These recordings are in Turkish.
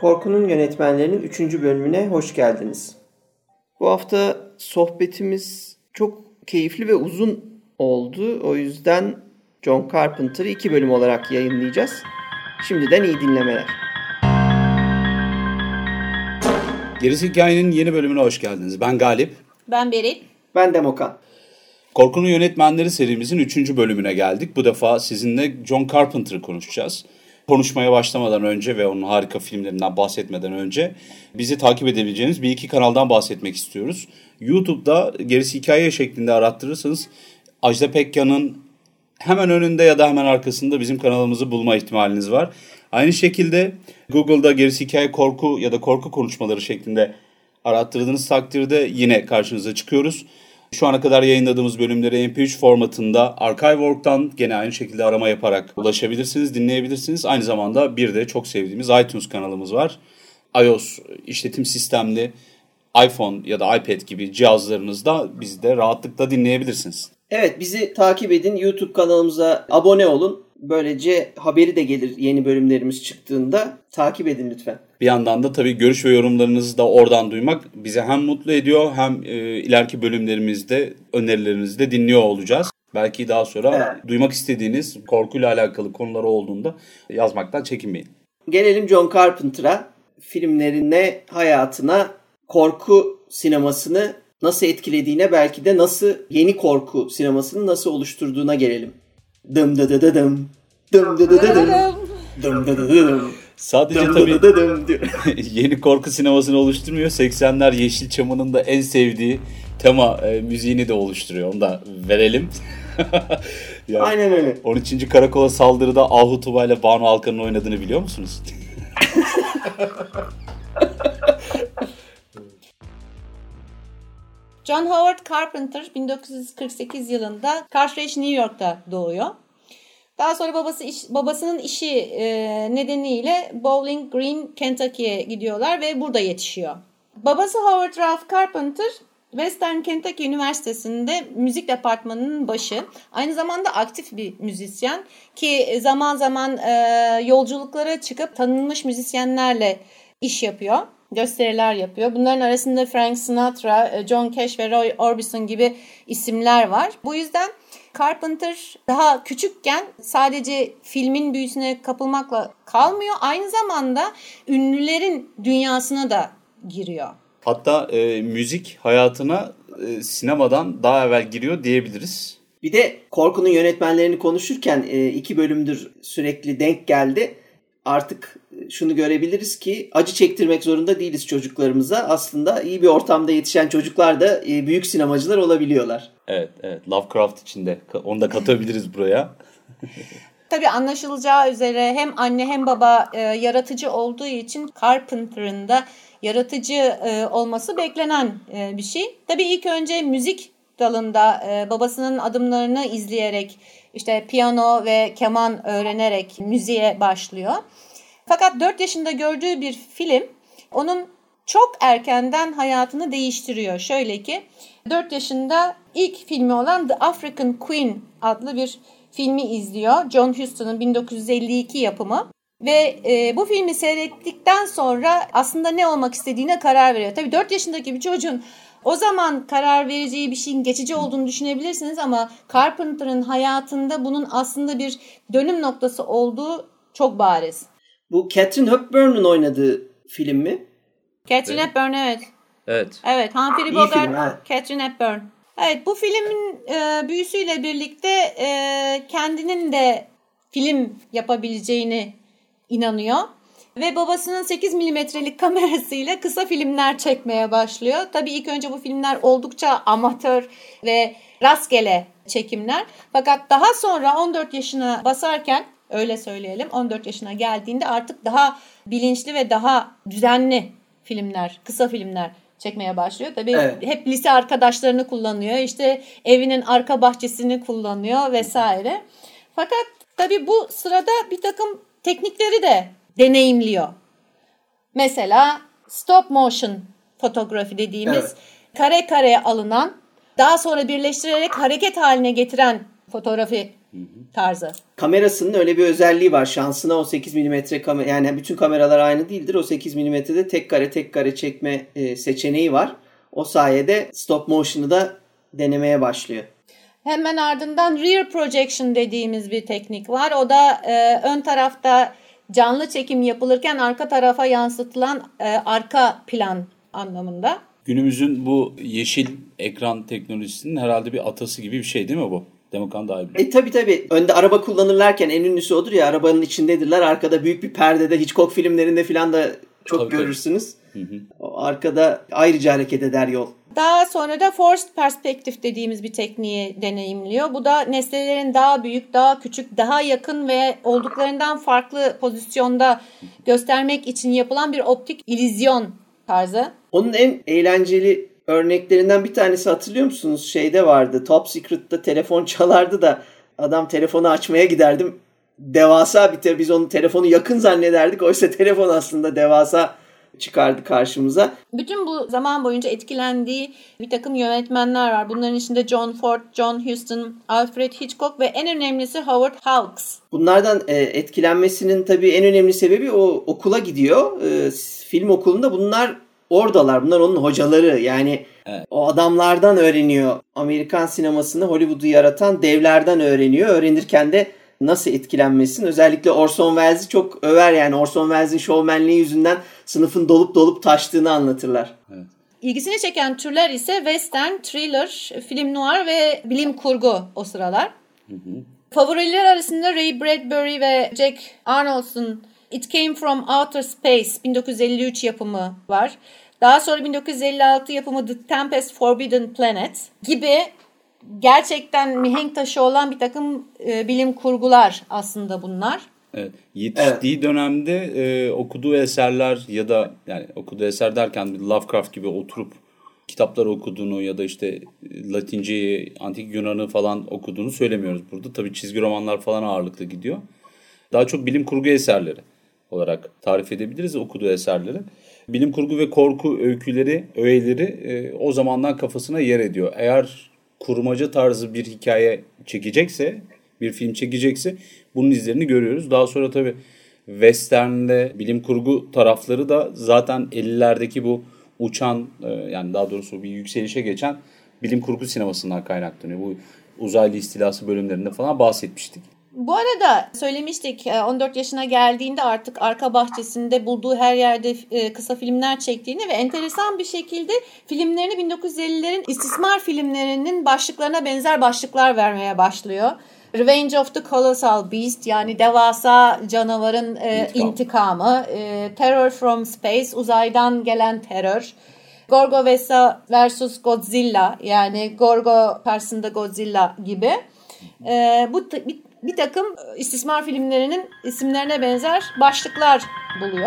Korkunun Yönetmenlerinin 3. bölümüne hoş geldiniz. Bu hafta sohbetimiz çok keyifli ve uzun oldu. O yüzden John Carpenter'ı 2 bölüm olarak yayınlayacağız. Şimdiden iyi dinlemeler. Gerisi Hikayenin yeni bölümüne hoş geldiniz. Ben Galip. Ben Beril. Ben Demokan. Korkunun Yönetmenleri serimizin 3. bölümüne geldik. Bu defa sizinle John Carpenter'ı konuşacağız. Konuşmaya başlamadan önce ve onun harika filmlerinden bahsetmeden önce bizi takip edebileceğiniz bir iki kanaldan bahsetmek istiyoruz. YouTube'da Gerisi Hikaye şeklinde arattırırsanız Ajda Pekkan'ın hemen önünde ya da hemen arkasında bizim kanalımızı bulma ihtimaliniz var. Aynı şekilde Google'da Gerisi Hikaye Korku ya da Korku Konuşmaları şeklinde arattırdığınız takdirde yine karşınıza çıkıyoruz. Şu ana kadar yayınladığımız bölümleri MP3 formatında Archive.org'dan gene aynı şekilde arama yaparak ulaşabilirsiniz, dinleyebilirsiniz. Aynı zamanda bir de çok sevdiğimiz iTunes kanalımız var. iOS işletim sistemli iPhone ya da iPad gibi cihazlarınızda bizi de rahatlıkla dinleyebilirsiniz. Evet, bizi takip edin, YouTube kanalımıza abone olun. Böylece haberi de gelir yeni bölümlerimiz çıktığında. Takip edin lütfen. Bir yandan da tabii görüş ve yorumlarınızı da oradan duymak bizi hem mutlu ediyor hem ileriki bölümlerimizde önerilerinizi de dinliyor olacağız. Belki daha sonra duymak istediğiniz korkuyla alakalı konuları olduğunda yazmaktan çekinmeyin. Gelelim John Carpenter'a, filmlerine, hayatına, korku sinemasını nasıl etkilediğine, belki de nasıl yeni korku sinemasını nasıl oluşturduğuna gelelim. Dım dı dı dı dım. Dım dı dı dı dım. Dım dı dı dı dım. Sadece tabii yeni korku sinemasını oluşturmuyor. 80'ler Yeşilçam'ın da en sevdiği tema müziğini de oluşturuyor. Onu da verelim. Yani, aynen öyle. 13. Karakola Saldırı'da Ahu Tuba ile Banu Alkan'ın oynadığını biliyor musunuz? John Howard Carpenter 1948 yılında Carthage, New York'ta doğuyor. Daha sonra babasının işi nedeniyle Bowling Green, Kentucky'ye gidiyorlar ve burada yetişiyor. Babası Howard Ralph Carpenter, Western Kentucky Üniversitesi'nde müzik departmanının başı. Aynı zamanda aktif bir müzisyen ki zaman zaman yolculuklara çıkıp tanınmış müzisyenlerle iş yapıyor. Gösteriler yapıyor. Bunların arasında Frank Sinatra, John Cash ve Roy Orbison gibi isimler var. Bu yüzden Carpenter daha küçükken sadece filmin büyüsüne kapılmakla kalmıyor. Aynı zamanda ünlülerin dünyasına da giriyor. Hatta müzik hayatına sinemadan daha evvel giriyor diyebiliriz. Bir de korkunun yönetmenlerini konuşurken 2 bölümdür sürekli denk geldi. Artık şunu görebiliriz ki acı çektirmek zorunda değiliz çocuklarımıza. Aslında iyi bir ortamda yetişen çocuklar da büyük sinemacılar olabiliyorlar. Evet. Lovecraft için de onu da katabiliriz buraya. Tabii anlaşılacağı üzere hem anne hem baba yaratıcı olduğu için Carpenter'ın da yaratıcı olması beklenen bir şey. Tabii ilk önce müzik dalında babasının adımlarını izleyerek, işte piyano ve keman öğrenerek müziğe başlıyor. Fakat 4 yaşında gördüğü bir film onun çok erkenden hayatını değiştiriyor. Şöyle ki 4 yaşında ilk filmi olan The African Queen adlı bir filmi izliyor. John Huston'un 1952 yapımı. Ve bu filmi seyrettikten sonra aslında ne olmak istediğine karar veriyor. Tabii 4 yaşındaki bir çocuğun o zaman karar vereceği bir şeyin geçici olduğunu düşünebilirsiniz ama Carpenter'ın hayatında bunun aslında bir dönüm noktası olduğu çok bariz. Bu Catherine Hepburn'un oynadığı film mi? Catherine Hepburn, evet. Evet, Humphrey Bogart, Catherine Hepburn. Evet, bu filmin büyüsüyle birlikte kendinin de film yapabileceğini inanıyor. Ve babasının 8 milimetrelik kamerasıyla kısa filmler çekmeye başlıyor. Tabii ilk önce bu filmler oldukça amatör ve rastgele çekimler. Fakat daha sonra 14 yaşına basarken, öyle söyleyelim, 14 yaşına geldiğinde artık daha bilinçli ve daha düzenli filmler, kısa filmler çekmeye başlıyor. Tabii hep lise arkadaşlarını kullanıyor. İşte evinin arka bahçesini kullanıyor vesaire. Fakat tabii bu sırada bir takım teknikleri de deneyimliyor. Mesela stop motion fotoğrafı dediğimiz kare kare alınan, daha sonra birleştirerek hareket haline getiren fotoğrafı tarzı. Kamerasının öyle bir özelliği var. Şansına o 8 mm kamera, yani bütün kameralar aynı değildir. O 8 mm'de tek kare çekme seçeneği var. O sayede stop motion'ı da denemeye başlıyor. Hemen ardından rear projection dediğimiz bir teknik var. O da ön tarafta canlı çekim yapılırken arka tarafa yansıtılan arka plan anlamında. Günümüzün bu yeşil ekran teknolojisinin herhalde bir atası gibi bir şey değil mi bu? Demokan daha iyi bilir. Tabii. Önde araba kullanırlarken en ünlüsü odur ya, arabanın içindedirler. Arkada büyük bir perdede, Hitchcock filmlerinde falan da çok görürsünüz. O arkada ayrıca hareket eder yol. Daha sonra da forced perspective dediğimiz bir tekniği deneyimliyor. Bu da nesnelerin daha büyük, daha küçük, daha yakın ve olduklarından farklı pozisyonda göstermek için yapılan bir optik illüzyon tarzı. Onun en eğlenceli örneklerinden bir tanesi, hatırlıyor musunuz? Şeyde vardı, Top Secret'ta telefon çalardı da adam telefonu açmaya giderdim. Devasa biz onun telefonu yakın zannederdik. Oysa telefon aslında devasa çıkardı karşımıza. Bütün bu zaman boyunca etkilendiği bir takım yönetmenler var. Bunların içinde John Ford, John Huston, Alfred Hitchcock ve en önemlisi Howard Hawks. Bunlardan etkilenmesinin tabii en önemli sebebi o okula gidiyor. Film okulunda bunlar oradalar. Bunlar onun hocaları. Yani evet. O adamlardan öğreniyor. Amerikan sinemasını, Hollywood'u yaratan devlerden öğreniyor. Öğrenirken de nasıl etkilenmesin. Özellikle Orson Welles'i çok över yani. Orson Welles'in şovmenliği yüzünden sınıfın dolup taştığını anlatırlar. Evet. İlgisini çeken türler ise western, thriller, film noir ve bilim kurgu o sıralar. Favoriler arasında Ray Bradbury ve Jack Arnold'un It Came From Outer Space 1953 yapımı var. Daha sonra 1956 yapımı The Tempest Forbidden Planet gibi gerçekten mihenk taşı olan bir takım bilim kurgular aslında bunlar. Evet. Yetiştiği dönemde okuduğu eserler ya da yani okuduğu eser derken Lovecraft gibi oturup kitaplar okuduğunu ya da işte Latinceyi, Antik Yunan'ı falan okuduğunu söylemiyoruz burada. Tabii çizgi romanlar falan ağırlıklı gidiyor. Daha çok bilim kurgu eserleri olarak tarif edebiliriz okuduğu eserleri. Bilim kurgu ve korku öğeleri o zamandan kafasına yer ediyor. Eğer kurmaca tarzı bir hikaye çekecekse, bir film çekecekse bunun izlerini görüyoruz. Daha sonra tabii western'le bilim kurgu tarafları da zaten 50'lerdeki bu uçan yani daha doğrusu bir yükselişe geçen bilim kurgu sinemasından kaynaklanıyor. Bu uzaylı istilası bölümlerinde falan bahsetmiştik. Bu arada söylemiştik 14 yaşına geldiğinde artık arka bahçesinde bulduğu her yerde kısa filmler çektiğini ve enteresan bir şekilde filmlerini 1950'lerin istismar filmlerinin başlıklarına benzer başlıklar vermeye başlıyor. Revenge of the Colossal Beast yani devasa canavarın intikamı, Terror from Space uzaydan gelen terör, Gorgovesa vs. Godzilla yani Gorgo karşısında Godzilla gibi bu bir takım istismar filmlerinin isimlerine benzer başlıklar buluyor.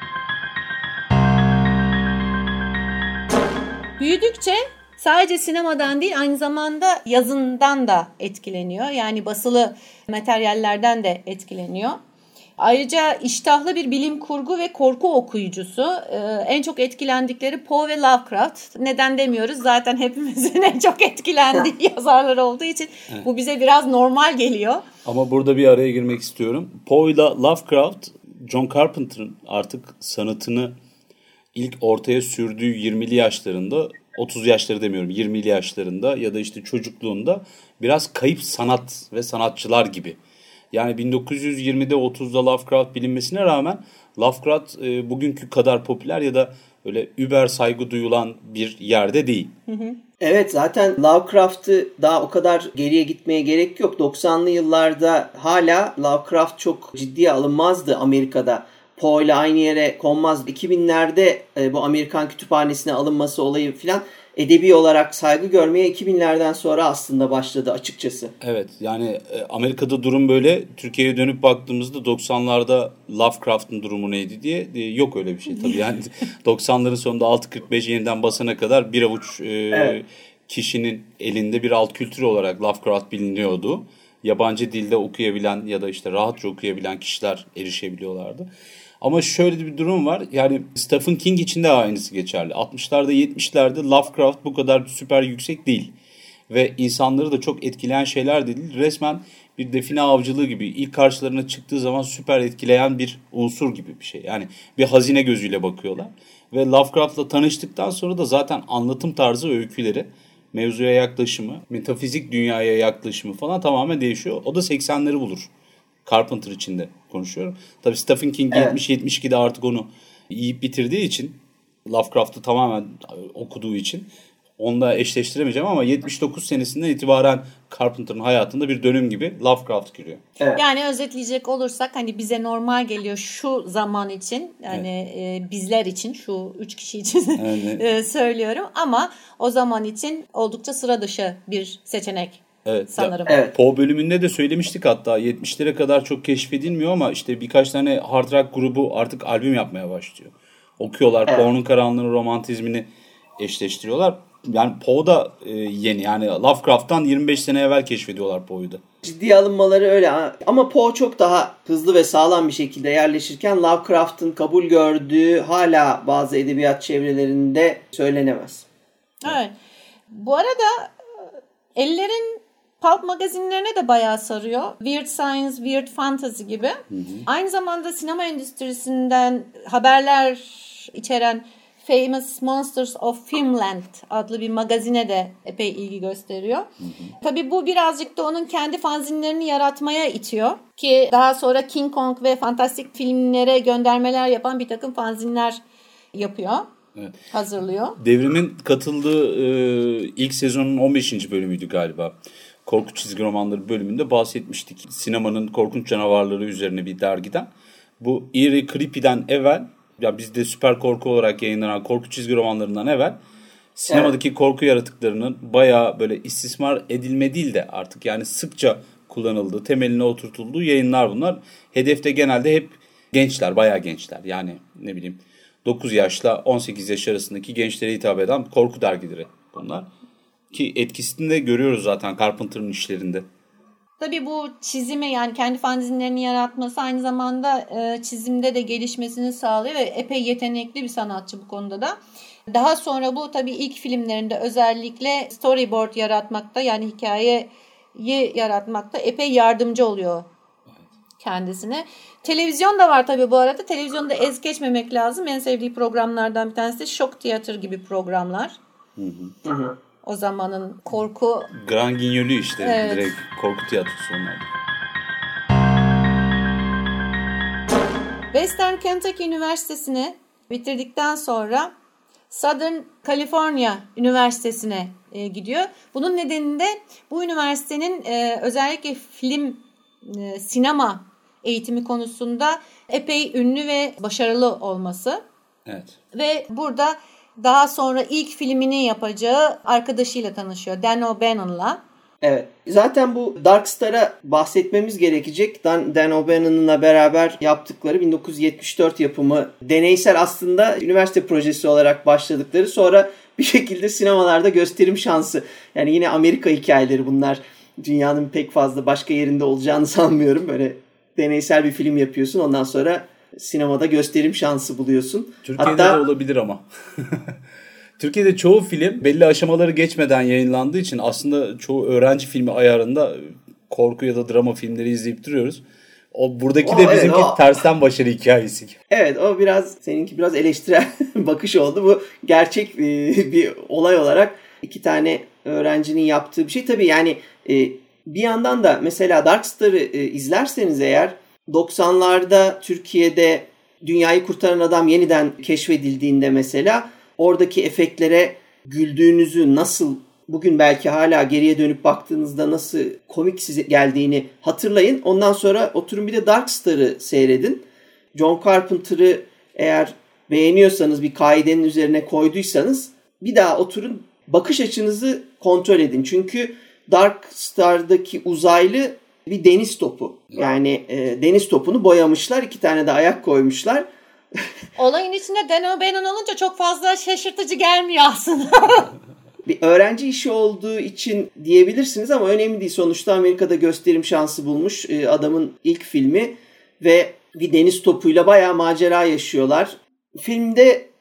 Büyüdükçe sadece sinemadan değil aynı zamanda yazından da etkileniyor. Yani basılı materyallerden de etkileniyor. Ayrıca iştahlı bir bilim kurgu ve korku okuyucusu. En çok etkilendikleri Poe ve Lovecraft. Neden demiyoruz? Zaten hepimizin en çok etkilendiği yazarlar olduğu için bu bize biraz normal geliyor. Ama burada bir araya girmek istiyorum. Poe ile Lovecraft, John Carpenter'ın artık sanatını ilk ortaya sürdüğü 20'li yaşlarında, 30 yaşları demiyorum 20'li yaşlarında ya da işte çocukluğunda biraz kayıp sanat ve sanatçılar gibi. Yani 1920'de 30'da Lovecraft bilinmesine rağmen Lovecraft bugünkü kadar popüler ya da öyle über saygı duyulan bir yerde değil. Evet, zaten Lovecraft'ı daha o kadar geriye gitmeye gerek yok. 90'lı yıllarda hala Lovecraft çok ciddiye alınmazdı Amerika'da. Poe ile aynı yere konmazdı. 2000'lerde bu Amerikan kütüphanesine alınması olayı filan edebi olarak saygı görmeye 2000'lerden sonra aslında başladı açıkçası. Evet, yani Amerika'da durum böyle. Türkiye'ye dönüp baktığımızda 90'larda Lovecraft'ın durumu neydi diye yok öyle bir şey tabii. Yani 90'ların sonunda 6.45 yeniden basana kadar bir avuç evet. Kişinin elinde bir alt kültür olarak Lovecraft biliniyordu. Yabancı dilde okuyabilen ya da işte rahatça okuyabilen kişiler erişebiliyorlardı. Ama şöyle bir durum var. Yani Stephen King için de aynısı geçerli. 60'larda 70'lerde Lovecraft bu kadar süper yüksek değil. ve insanları da çok etkileyen şeyler de değil. Resmen bir define avcılığı gibi ilk karşılarına çıktığı zaman süper etkileyen bir unsur gibi bir şey. Yani bir hazine gözüyle bakıyorlar. Ve Lovecraft'la tanıştıktan sonra da zaten anlatım tarzı, öyküleri, mevzuya yaklaşımı, metafizik dünyaya yaklaşımı falan tamamen değişiyor. O da 80'leri bulur. Carpenter için de konuşuyorum. Tabii Stephen King 70-72'de artık onu yiyip bitirdiği için, Lovecraft'ı tamamen okuduğu için onunla eşleştiremeyeceğim ama 79 senesinden itibaren Carpenter'ın hayatında bir dönüm gibi Lovecraft giriyor. Evet. Yani özetleyecek olursak hani bize normal geliyor şu zaman için, yani bizler için, şu 3 kişi için söylüyorum ama o zaman için oldukça sıra dışı bir seçenek. Evet, sanırım. Evet. Poe bölümünde de söylemiştik, hatta 70'lere kadar çok keşfedilmiyor ama işte birkaç tane hard rock grubu artık albüm yapmaya başlıyor. Okuyorlar, Poe'nun karanlığını, romantizmini eşleştiriyorlar. Yani Poe da yeni, yani Lovecraft'tan 25 sene evvel keşfediyorlar Poe'yu da. Ciddiye alınmaları öyle ama Poe çok daha hızlı ve sağlam bir şekilde yerleşirken Lovecraft'ın kabul gördüğü hala bazı edebiyat çevrelerinde söylenemez. Evet. Bu arada ellerin pulp magazinlerine de bayağı sarıyor. Weird Science, Weird Fantasy gibi. Aynı zamanda sinema endüstrisinden haberler içeren Famous Monsters of Filmland adlı bir magazine de epey ilgi gösteriyor. Tabii bu birazcık da onun kendi fanzinlerini yaratmaya itiyor. Ki daha sonra King Kong ve fantastik filmlere göndermeler yapan bir takım fanzinler yapıyor. Evet. Hazırlıyor. Devrim'in katıldığı ilk sezonun 15. bölümüydü galiba. Korkunç çizgi romanları bölümünde bahsetmiştik. Sinemanın korkunç canavarları üzerine bir dergiden. Bu Eerie Creepy'den evvel, ya bizde süper korku olarak yayınlanan korku çizgi romanlarından evvel sinemadaki korku yaratıklarının bayağı böyle istismar edilme değil de artık yani sıkça kullanıldığı, temeline oturtulduğu yayınlar bunlar. Hedefte genelde hep gençler, bayağı gençler. Yani ne bileyim 9 yaşla 18 yaş arasındaki gençlere hitap eden korku dergileri bunlar. Ki etkisini de görüyoruz zaten Carpenter'ın işlerinde. Tabii bu çizimi, yani kendi fanzinlerini yaratması aynı zamanda çizimde de gelişmesini sağlıyor ve epey yetenekli bir sanatçı bu konuda da. Daha sonra bu tabii ilk filmlerinde özellikle storyboard yaratmakta, yani hikayeyi yaratmakta epey yardımcı oluyor kendisine. Televizyon da var tabii bu arada. Televizyonu da ez geçmemek lazım. En sevdiği programlardan bir tanesi de Shock Theater gibi programlar. O zamanın korku... Grand Guignol'ü işte, evet. Direkt korku tiyatrosu onlar. Western Kentucky Üniversitesi'ni bitirdikten sonra Southern California Üniversitesi'ne gidiyor. Bunun nedeni de bu üniversitenin özellikle film, sinema eğitimi konusunda epey ünlü ve başarılı olması. Evet. Ve burada daha sonra ilk filmini yapacağı arkadaşıyla tanışıyor. Dan O'Bannon'la. Evet. Zaten bu Dark Star'a bahsetmemiz gerekecek. Dan O'Bannon'la beraber yaptıkları 1974 yapımı deneysel aslında üniversite projesi olarak başladıkları, sonra bir şekilde sinemalarda gösterim şansı. Yani yine Amerika hikayeleri bunlar. Dünyanın pek fazla başka yerinde olacağını sanmıyorum. Böyle deneysel bir film yapıyorsun, ondan sonra sinemada gösterim şansı buluyorsun. Türkiye'de de olabilir ama. Türkiye'de çoğu film belli aşamaları geçmeden yayınlandığı için aslında çoğu öğrenci filmi ayarında korku ya da drama filmleri izleyip duruyoruz. Buradaki de bizimki tersten başarı hikayesi. Evet, o biraz seninki biraz eleştirel bakış oldu. Bu gerçek bir olay olarak iki tane öğrencinin yaptığı bir şey. Tabii yani bir yandan da mesela Dark Star'ı izlerseniz eğer 90'larda Türkiye'de Dünyayı Kurtaran Adam yeniden keşfedildiğinde mesela oradaki efektlere güldüğünüzü, nasıl bugün belki hala geriye dönüp baktığınızda nasıl komik size geldiğini hatırlayın. Ondan sonra oturun bir de Dark Star'ı seyredin. John Carpenter'ı eğer beğeniyorsanız, bir kaidenin üzerine koyduysanız bir daha oturun, bakış açınızı kontrol edin. Çünkü Dark Star'daki uzaylı bir deniz topu. Yani deniz topunu boyamışlar. 2 tane de ayak koymuşlar. Olayın içinde Dan O'Bannon olunca çok fazla şaşırtıcı gelmiyor aslında. Bir öğrenci işi olduğu için diyebilirsiniz ama önemli değil. Sonuçta Amerika'da gösterim şansı bulmuş adamın ilk filmi ve bir deniz topuyla bayağı macera yaşıyorlar. Filmde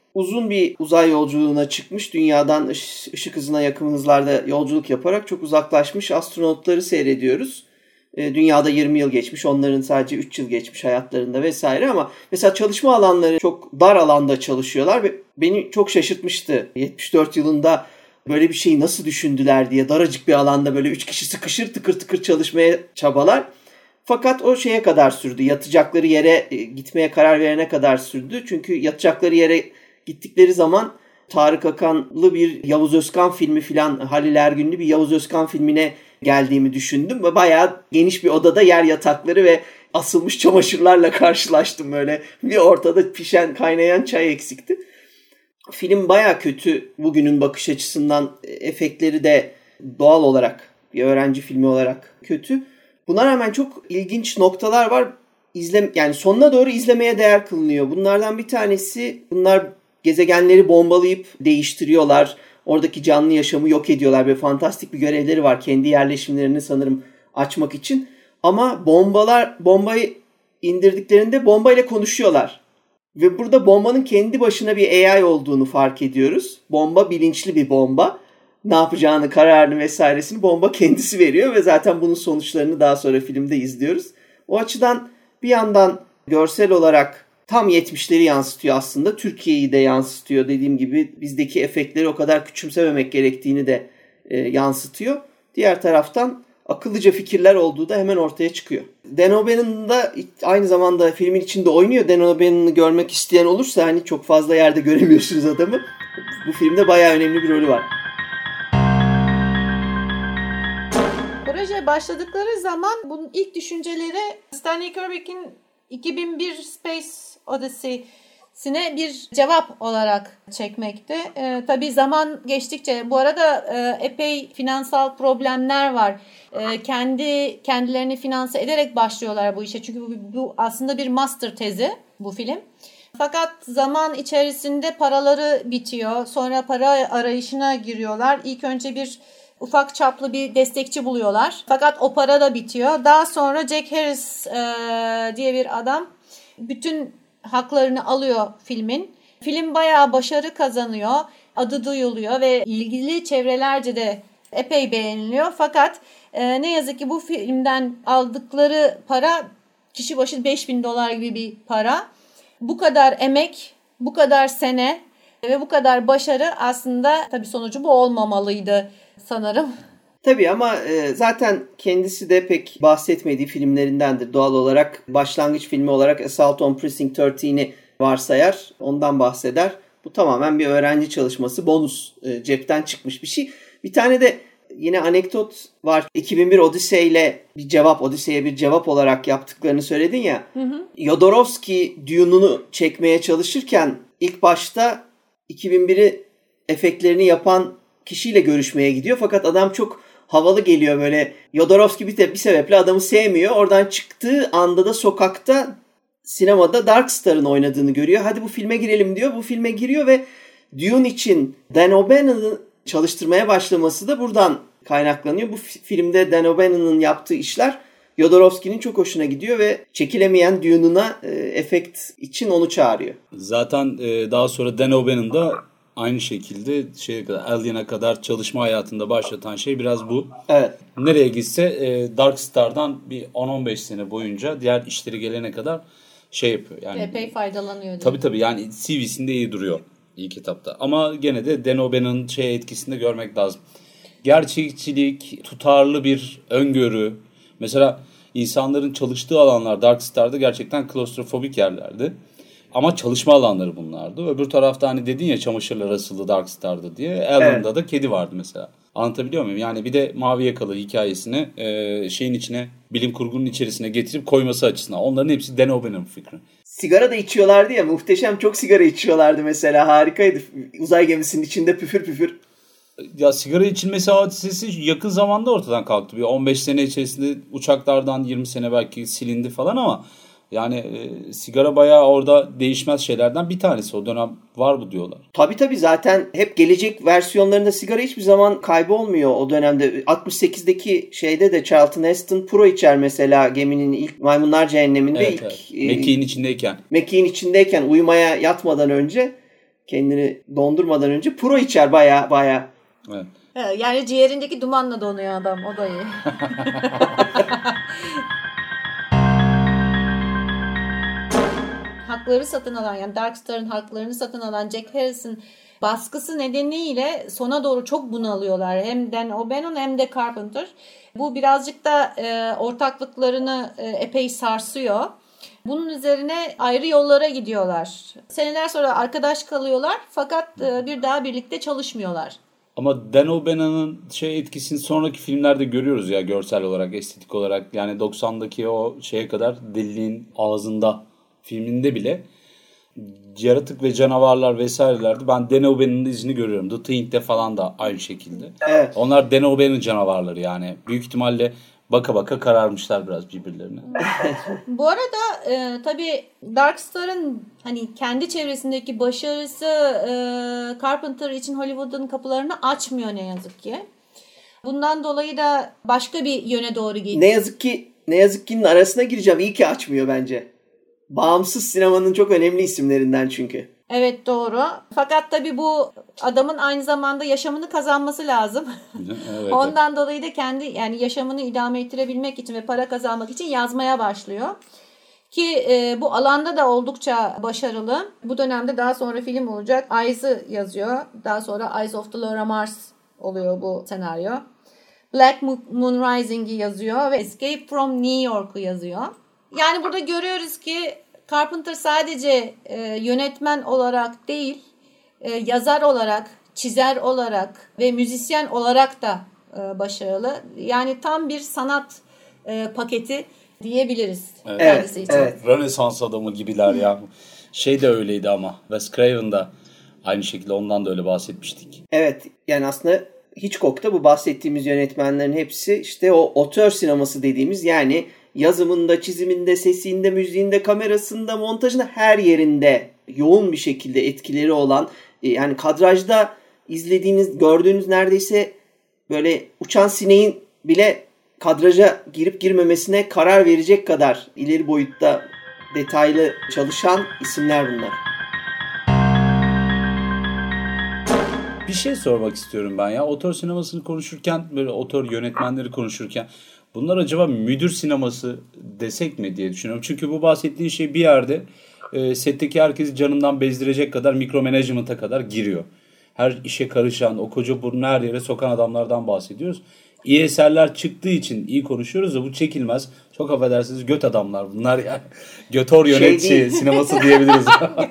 uzun bir uzay yolculuğuna çıkmış. Dünyadan ışık hızına yakın hızlarda yolculuk yaparak çok uzaklaşmış astronotları seyrediyoruz. Dünyada 20 yıl geçmiş, onların sadece 3 yıl geçmiş hayatlarında vesaire, ama mesela çalışma alanları çok dar alanda çalışıyorlar ve beni çok şaşırtmıştı. 74 yılında böyle bir şeyi nasıl düşündüler diye, daracık bir alanda böyle 3 kişi sıkışır tıkır tıkır çalışmaya çabalar. Fakat o şeye kadar sürdü, yatacakları yere gitmeye karar verene kadar sürdü. Çünkü yatacakları yere gittikleri zaman Tarık Akanlı bir Yavuz Özkan filmi filan, Halil Ergünlü bir Yavuz Özkan filmine geldiğimi düşündüm ve bayağı geniş bir odada yer yatakları ve asılmış çamaşırlarla karşılaştım böyle. Bir ortada pişen, kaynayan çay eksikti. Film bayağı kötü bugünün bakış açısından, efektleri de doğal olarak bir öğrenci filmi olarak kötü. Buna rağmen çok ilginç noktalar var. Yani sonuna doğru izlemeye değer kılınıyor. Bunlardan bir tanesi, bunlar gezegenleri bombalayıp değiştiriyorlar. Oradaki canlı yaşamı yok ediyorlar ve fantastik bir görevleri var kendi yerleşimlerini sanırım açmak için. Ama bombayı indirdiklerinde bombayla konuşuyorlar. Ve burada bombanın kendi başına bir AI olduğunu fark ediyoruz. Bomba bilinçli bir bomba. Ne yapacağını, kararını vesairesini bomba kendisi veriyor ve zaten bunun sonuçlarını daha sonra filmde izliyoruz. O açıdan bir yandan görsel olarak tam 70'leri yansıtıyor aslında. Türkiye'yi de yansıtıyor. Dediğim gibi bizdeki efektleri o kadar küçümsememek gerektiğini de yansıtıyor. Diğer taraftan akıllıca fikirler olduğu da hemen ortaya çıkıyor. Dan O'Bannon da aynı zamanda filmin içinde oynuyor. Dan O'Bannon'ı görmek isteyen olursa, hani çok fazla yerde göremiyorsunuz adamı. Bu filmde bayağı önemli bir rolü var. Proje başladıkları zaman bunun ilk düşünceleri Stanley Kubrick'in 2001 Space Odyssey'sine bir cevap olarak çekmekti. Tabii zaman geçtikçe, bu arada epey finansal problemler var. Kendilerini finanse ederek başlıyorlar bu işe. Çünkü bu aslında bir master tezi bu film. Fakat zaman içerisinde paraları bitiyor. Sonra para arayışına giriyorlar. İlk önce bir ufak çaplı bir destekçi buluyorlar. Fakat o para da bitiyor. Daha sonra Jack Harris diye bir adam bütün haklarını alıyor filmin. Film bayağı başarı kazanıyor. Adı duyuluyor ve ilgili çevrelerce de epey beğeniliyor. Fakat ne yazık ki bu filmden aldıkları para kişi başı $5,000 gibi bir para. Bu kadar emek, bu kadar sene ve bu kadar başarı, aslında tabii sonucu bu olmamalıydı sanırım. Tabii ama zaten kendisi de pek bahsetmediği filmlerindendir. Doğal olarak başlangıç filmi olarak Assault on Precinct 13'i varsayar, ondan bahseder. Bu tamamen bir öğrenci çalışması, bonus, cepten çıkmış bir şey. Bir tane de yine anekdot var. 2001 Odyssey'le Odyssey'e bir cevap olarak yaptıklarını söyledin ya. Jodorowsky Dune'unu çekmeye çalışırken ilk başta 2001'i efektlerini yapan kişiyle görüşmeye gidiyor. Fakat adam çok havalı geliyor böyle. Jodorowsky bir sebeple adamı sevmiyor. Oradan çıktığı anda da sokakta, sinemada Dark Star'ın oynadığını görüyor. Hadi bu filme girelim diyor. Bu filme giriyor ve Dune için Dan O'Bannon'ı çalıştırmaya başlaması da buradan kaynaklanıyor. Bu filmde Dan O'Bannon'ın yaptığı işler Jodorowsky'nin çok hoşuna gidiyor ve çekilemeyen Dune'una efekt için onu çağırıyor. Zaten daha sonra Dan O'Bannon da aynı şekilde Alien'a kadar çalışma hayatında başlatan şey biraz bu. Evet. Nereye gitse Dark Star'dan bir 10-15 sene boyunca diğer işleri gelene kadar yapıyor. Yani epey faydalanıyor. Tabii yani CV'sinde iyi duruyor ilk etapta. Ama gene de Dan O'Bannon'ın etkisini de görmek lazım. Gerçekçilik, tutarlı bir öngörü. Mesela insanların çalıştığı alanlar Dark Star'da gerçekten klostrofobik yerlerdi. Ama çalışma alanları bunlardı. Öbür tarafta hani dedin ya, çamaşırlar asılı Dark Star'da diye. Alan'da da kedi vardı mesela. Anlatabiliyor muyum? Yani bir de Mavi Yakalı hikayesini şeyin içine, bilim kurgunun içerisine getirip koyması açısından. Onların hepsi Dan O'Bannon fikri. Sigara da içiyorlardı ya, muhteşem, çok sigara içiyorlardı mesela, harikaydı. Uzay gemisinin içinde püfür püfür. Ya sigara içilmesi hadisesi yakın zamanda ortadan kalktı. Bir 15 sene içerisinde uçaklardan 20 sene belki silindi falan ama yani sigara bayağı orada değişmez şeylerden bir tanesi. O dönem var bu diyorlar. Tabii zaten hep gelecek versiyonlarında sigara hiçbir zaman kaybolmuyor o dönemde. 68'deki şeyde de Charlton Heston Pro içer mesela, geminin ilk Maymunlar Cehennemi'nde. Evet. Mekiğin içindeyken. Mekiğin içindeyken uyumaya yatmadan önce kendini dondurmadan önce puro içer baya. Evet. Yani ciğerindeki dumanla donuyor adam. O da iyi. Hakları satın alan, yani Darkstar'ın haklarını satın alan Jack Harris'in baskısı nedeniyle sona doğru çok bunalıyorlar. Hem Dan O'Bannon hem de Carpenter. Bu birazcık da ortaklıklarını epey sarsıyor. Bunun üzerine ayrı yollara gidiyorlar. Seneler sonra arkadaş kalıyorlar fakat bir daha birlikte çalışmıyorlar. Ama Dan O'Bannon'ın etkisini sonraki filmlerde görüyoruz ya, görsel olarak, estetik olarak. Yani 90'daki o şeye kadar, Deliliğin Ağzında filminde bile yaratık ve canavarlar vesairelerde ben Dan O'Bannon'ın izini görüyorum. The Thing'de falan da aynı şekilde. Evet. Onlar Dan O'Bannon canavarları yani. Büyük ihtimalle baka baka kararmışlar biraz birbirlerine. Bu arada tabii Darkstar'ın hani kendi çevresindeki başarısı Carpenter için Hollywood'un kapılarını açmıyor ne yazık ki. Bundan dolayı da başka bir yöne doğru gidiyor. Ne yazık ki'nin arasına gireceğim. İyi ki açmıyor bence. Bağımsız sinemanın çok önemli isimlerinden çünkü. Evet, doğru. Fakat tabii bu adamın aynı zamanda yaşamını kazanması lazım. Evet. Ondan dolayı da kendi yani yaşamını idame ettirebilmek için ve para kazanmak için yazmaya başlıyor. Ki bu alanda da oldukça başarılı. Bu dönemde daha sonra film olacak Eyes'ı yazıyor. Daha sonra Eyes of the Laura Mars oluyor bu senaryo. Black Moon Rising'i yazıyor ve Escape from New York'u yazıyor. Yani burada görüyoruz ki Carpenter sadece yönetmen olarak değil, yazar olarak, çizer olarak ve müzisyen olarak da başarılı. Yani tam bir sanat paketi diyebiliriz kendisi için. Evet. Rönesans adamı gibiler ya. Şey de öyleydi ama. Wes Craven da aynı şekilde, ondan da öyle bahsetmiştik. Evet, yani aslında Hitchcock'ta bu bahsettiğimiz yönetmenlerin hepsi işte o otör sineması dediğimiz, yani yazımında, çiziminde, sesinde, müziğinde, kamerasında, montajında, her yerinde yoğun bir şekilde etkileri olan, yani kadrajda izlediğiniz, gördüğünüz neredeyse böyle uçan sineğin bile kadraja girip girmemesine karar verecek kadar ileri boyutta detaylı çalışan isimler bunlar. Bir şey sormak istiyorum ben ya. Otör sinemasını konuşurken, böyle otör yönetmenleri konuşurken, bunlar acaba müdür sineması desek mi diye düşünüyorum. Çünkü bu bahsettiğin şey bir yerde setteki herkesi canından bezdirecek kadar, mikromanagement'a kadar giriyor. Her işe karışan, o koca burnu her yere sokan adamlardan bahsediyoruz. İyi eserler çıktığı için iyi konuşuyoruz da bu çekilmez. Çok affedersiniz, göt adamlar bunlar yani. Götor yönetici sineması diyebiliriz.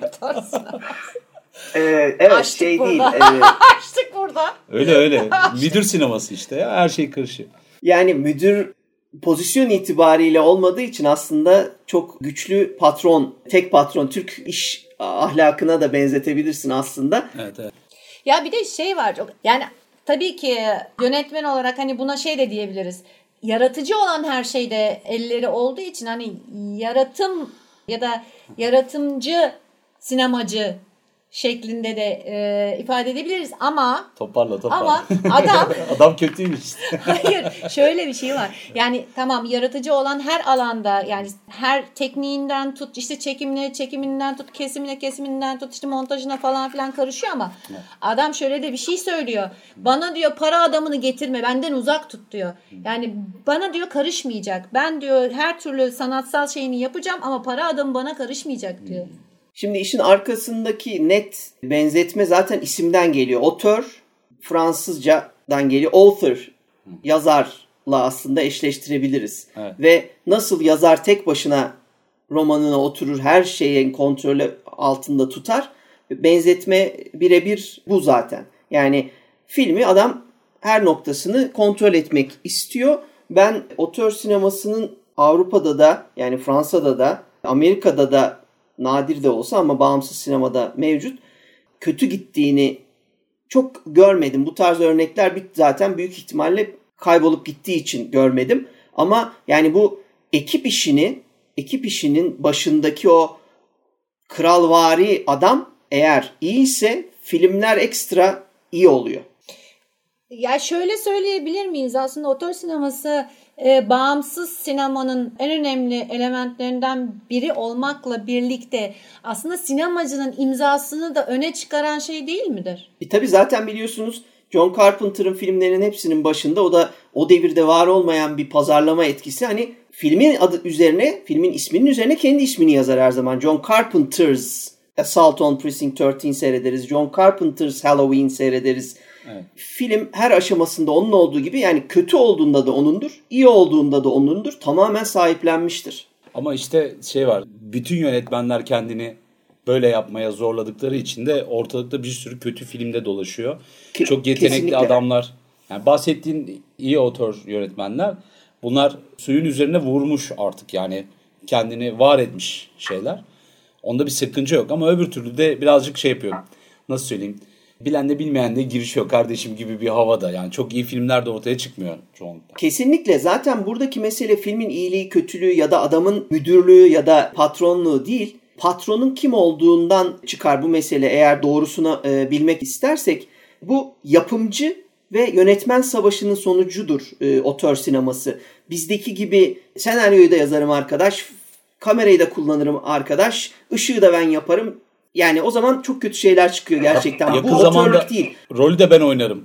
Evet, Açtık şey burada. değil. Açtık burada. Öyle. Müdür sineması işte ya. Her şey karışıyor. Yani müdür pozisyon itibariyle olmadığı için aslında çok güçlü patron, tek patron, Türk iş ahlakına da benzetebilirsin aslında. Evet. Ya bir de şey var. Yani tabii ki yönetmen olarak hani buna şey de diyebiliriz. Yaratıcı olan her şeyde elleri olduğu için hani yaratım ya da yaratımcı sinemacı şeklinde de ifade edebiliriz ama Toparla. Ama adam kötüymüş. Hayır, şöyle bir şey var. Yani tamam, yaratıcı olan her alanda, yani her tekniğinden tut, işte çekiminden tut, kesiminden tut, işte montajına falan filan karışıyor ama adam şöyle de bir şey söylüyor. Bana diyor para adamını getirme, benden uzak tut diyor. Yani bana diyor karışmayacak. Ben diyor her türlü sanatsal şeyini yapacağım ama para adamı bana karışmayacak diyor. Şimdi işin arkasındaki net benzetme zaten isimden geliyor. Otör Fransızcadan geliyor. Author, yazarla aslında eşleştirebiliriz. Evet. Ve nasıl yazar tek başına romanına oturur, her şeyin kontrolü altında tutar. Benzetme birebir bu zaten. Yani filmi adam her noktasını kontrol etmek istiyor. Ben otör sinemasının Avrupa'da da, yani Fransa'da da, Amerika'da da nadir de olsa ama bağımsız sinemada mevcut, kötü gittiğini çok görmedim. Bu tarz örnekler zaten büyük ihtimalle kaybolup gittiği için görmedim. Ama yani bu ekip işinin başındaki o kralvari adam eğer iyiyse filmler ekstra iyi oluyor. Ya şöyle söyleyebilir miyiz? Aslında otör sineması bağımsız sinemanın en önemli elementlerinden biri olmakla birlikte aslında sinemacının imzasını da öne çıkaran şey değil midir? Tabii zaten biliyorsunuz John Carpenter'ın filmlerinin hepsinin başında o da o devirde var olmayan bir pazarlama etkisi. Hani filmin adı üzerine, filmin isminin üzerine kendi ismini yazar her zaman. John Carpenter's Assault on Precinct 13 seyrederiz. John Carpenter's Halloween seyrederiz. Evet. Film her aşamasında onun olduğu gibi, yani kötü olduğunda da onundur, iyi olduğunda da onundur. Tamamen sahiplenmiştir. Ama işte şey var, bütün yönetmenler kendini böyle yapmaya zorladıkları için de ortalıkta bir sürü kötü filmde dolaşıyor. Çok yetenekli kesinlikle adamlar. Yani bahsettiğin iyi otör yönetmenler, bunlar suyun üzerine vurmuş artık, yani kendini var etmiş şeyler. Onda bir sıkıntı yok ama öbür türlü de birazcık şey yapıyor. Nasıl söyleyeyim? Bilen de bilmeyen de girişiyor kardeşim gibi bir havada. Yani çok iyi filmler de ortaya çıkmıyor çoğunlukla. Kesinlikle. Zaten buradaki mesele filmin iyiliği, kötülüğü ya da adamın müdürlüğü ya da patronluğu değil. Patronun kim olduğundan çıkar bu mesele, eğer doğrusunu bilmek istersek. Bu yapımcı ve yönetmen savaşının sonucudur otör sineması. Bizdeki gibi senaryoyu da yazarım arkadaş, kamerayı da kullanırım arkadaş, ışığı da ben yaparım. Yani o zaman çok kötü şeyler çıkıyor gerçekten. Yakın bu otörlük değil. Rolü de ben oynarım.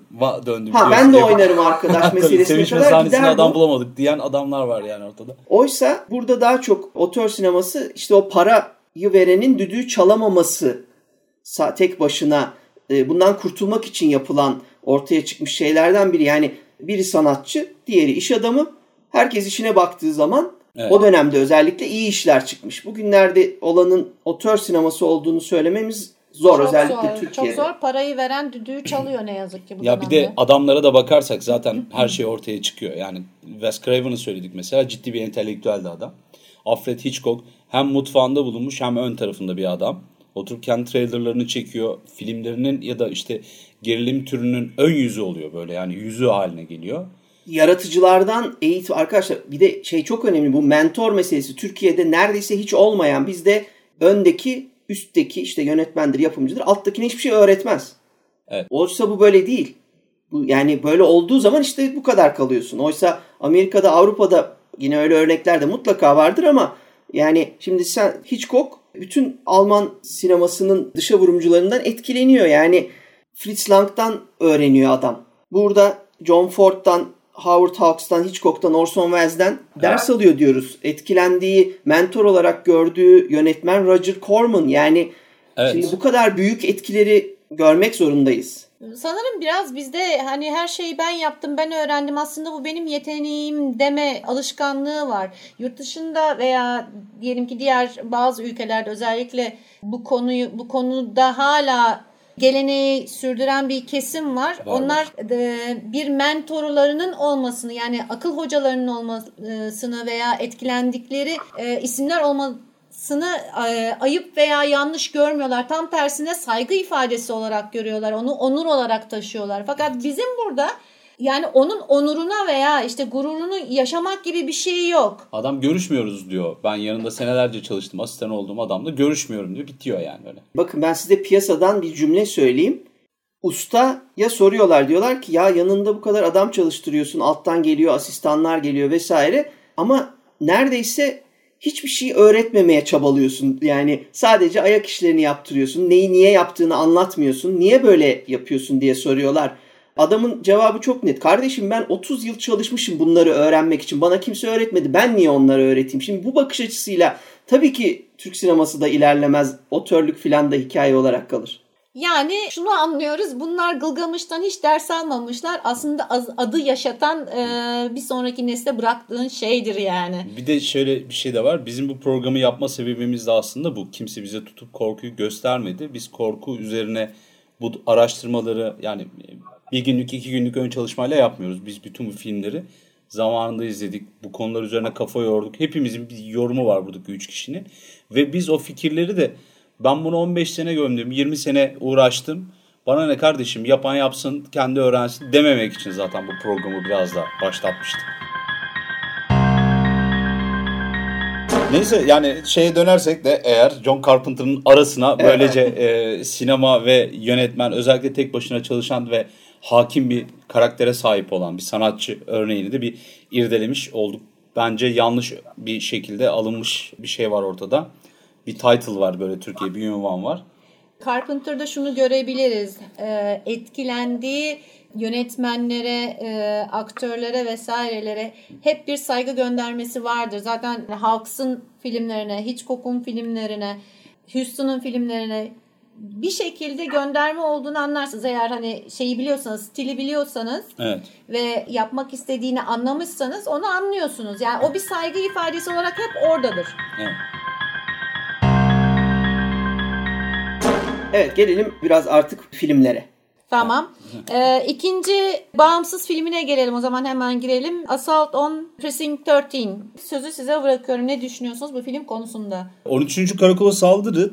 Ben de oynarım arkadaş meselesine sevişme kadar sahnesinde gider adam bulamadık diyen adamlar var yani ortada. Oysa burada daha çok otör sineması işte o parayı verenin düdüğü çalamaması tek başına bundan kurtulmak için yapılan ortaya çıkmış şeylerden biri. Yani biri sanatçı, diğeri iş adamı. Herkes işine baktığı zaman evet. O dönemde özellikle iyi işler çıkmış. Bugünlerde olanın otör sineması olduğunu söylememiz zor, çok özellikle zor. Türkiye'de. Çok zor. Parayı veren düdüğü çalıyor ne yazık ki bu ya dönemde. Bir de adamlara da bakarsak zaten her şey ortaya çıkıyor. Yani Wes Craven'ı söyledik mesela, ciddi bir entelektüeldi adam. Alfred Hitchcock hem mutfağında bulunmuş hem ön tarafında bir adam. Oturup kendi trailerlarını çekiyor. Filmlerinin ya da işte gerilim türünün ön yüzü oluyor böyle, yani yüzü haline geliyor. Yaratıcılardan eğitim arkadaşlar, bir de şey çok önemli, bu mentor meselesi Türkiye'de neredeyse hiç olmayan. Bizde öndeki, üstteki işte yönetmendir, yapımcıdır, alttakine hiçbir şey öğretmez. Evet. Oysa bu böyle değil. Bu, yani böyle olduğu zaman işte bu kadar kalıyorsun. Oysa Amerika'da, Avrupa'da yine öyle örnekler de mutlaka vardır ama yani şimdi sen Hitchcock bütün Alman sinemasının dışa vurumcularından etkileniyor. Yani Fritz Lang'dan öğreniyor adam. Burada John Ford'dan, Howard Hawks'tan, Hitchcock'tan, Orson Welles'den ders alıyor diyoruz. Etkilendiği, mentor olarak gördüğü yönetmen Roger Corman. Yani evet. Şimdi bu kadar büyük etkileri görmek zorundayız. Sanırım biraz bizde hani her şeyi ben yaptım, ben öğrendim, aslında bu benim yeteneğim deme alışkanlığı var. Yurt dışında veya diyelim ki diğer bazı ülkelerde özellikle bu konuda hala geleneği sürdüren bir kesim var. Onlar bir mentorlarının olmasını, yani akıl hocalarının olmasını veya etkilendikleri isimler olmasını ayıp veya yanlış görmüyorlar. Tam tersine saygı ifadesi olarak görüyorlar. Onu onur olarak taşıyorlar. Fakat bizim burada yani onun onuruna veya işte gururunu yaşamak gibi bir şey yok. Adam görüşmüyoruz diyor. Ben yanında senelerce çalıştım, asistan olduğum adamla görüşmüyorum diyor. Bitiyor yani öyle. Bakın ben size piyasadan bir cümle söyleyeyim. Ustaya soruyorlar, diyorlar ki ya yanında bu kadar adam çalıştırıyorsun, alttan geliyor, asistanlar geliyor vesaire ama neredeyse hiçbir şey öğretmemeye çabalıyorsun. Yani sadece ayak işlerini yaptırıyorsun. Neyi niye yaptığını anlatmıyorsun. Niye böyle yapıyorsun diye soruyorlar. Adamın cevabı çok net. Kardeşim ben 30 yıl çalışmışım bunları öğrenmek için. Bana kimse öğretmedi. Ben niye onları öğreteyim? Şimdi bu bakış açısıyla tabii ki Türk sineması da ilerlemez. Otörlük falan da hikaye olarak kalır. Yani şunu anlıyoruz. Bunlar Gılgamış'tan hiç ders almamışlar. Aslında adı yaşatan bir sonraki nesle bıraktığın şeydir yani. Bir de şöyle bir şey de var. Bizim bu programı yapma sebebimiz de aslında bu. Kimse bize tutup korkuyu göstermedi. Biz korku üzerine bu araştırmaları yani bir günlük, 2 günlük ön çalışmayla yapmıyoruz. Biz bütün bu filmleri zamanında izledik. Bu konular üzerine kafa yorduk. Hepimizin bir yorumu var buradaki 3 kişinin. Ve biz o fikirleri de ben bunu 15 sene gömdüm, 20 sene uğraştım. Bana ne kardeşim, yapan yapsın, kendi öğrensin dememek için zaten bu programı biraz da başlatmıştık. Neyse yani şeye dönersek de eğer John Carpenter'ın arasına böylece sinema ve yönetmen, özellikle tek başına çalışan ve hakim bir karaktere sahip olan bir sanatçı örneğini de bir irdelemiş olduk. Bence yanlış bir şekilde alınmış bir şey var ortada. Bir title var, böyle Türkiye bir ünvan var. Carpenter'da şunu görebiliriz. Etkilendiği yönetmenlere, aktörlere vesairelere hep bir saygı göndermesi vardır. Zaten Hawks'ın filmlerine, Hitchcock'un filmlerine, Huston'un filmlerine bir şekilde gönderme olduğunu anlarsınız. Eğer hani şeyi biliyorsanız, stili biliyorsanız evet. Ve yapmak istediğini anlamışsanız onu anlıyorsunuz. Yani o bir saygı ifadesi olarak hep oradadır. Evet. Evet, gelelim biraz artık filmlere. Tamam. İkinci bağımsız filmine gelelim o zaman, hemen girelim. Assault on Precinct 13. Sözü size bırakıyorum. Ne düşünüyorsunuz bu film konusunda? 13. Karakola Saldırı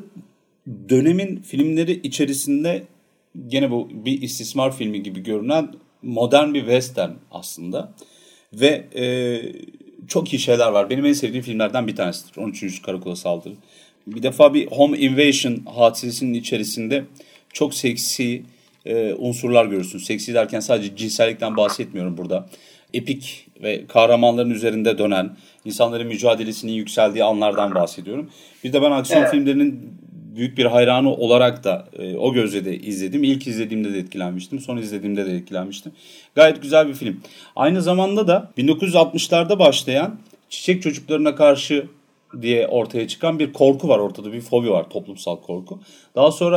dönemin filmleri içerisinde gene bu bir istismar filmi gibi görünen modern bir western aslında. Ve çok iyi şeyler var. Benim en sevdiğim filmlerden bir tanesidir 13. Karakola Saldırı. Bir defa bir home invasion hadisesinin içerisinde çok seksi unsurlar görürsünüz. Seksi derken sadece cinsellikten bahsetmiyorum burada. Epik ve kahramanların üzerinde dönen, insanların mücadelesinin yükseldiği anlardan bahsediyorum. Bir de ben aksiyon filmlerinin büyük bir hayranı olarak da o gözle de izledim. İlk izlediğimde de etkilenmiştim. Son izlediğimde de etkilenmiştim. Gayet güzel bir film. Aynı zamanda da 1960'larda başlayan çiçek çocuklarına karşı diye ortaya çıkan bir korku var ortada. Bir fobi var, toplumsal korku. Daha sonra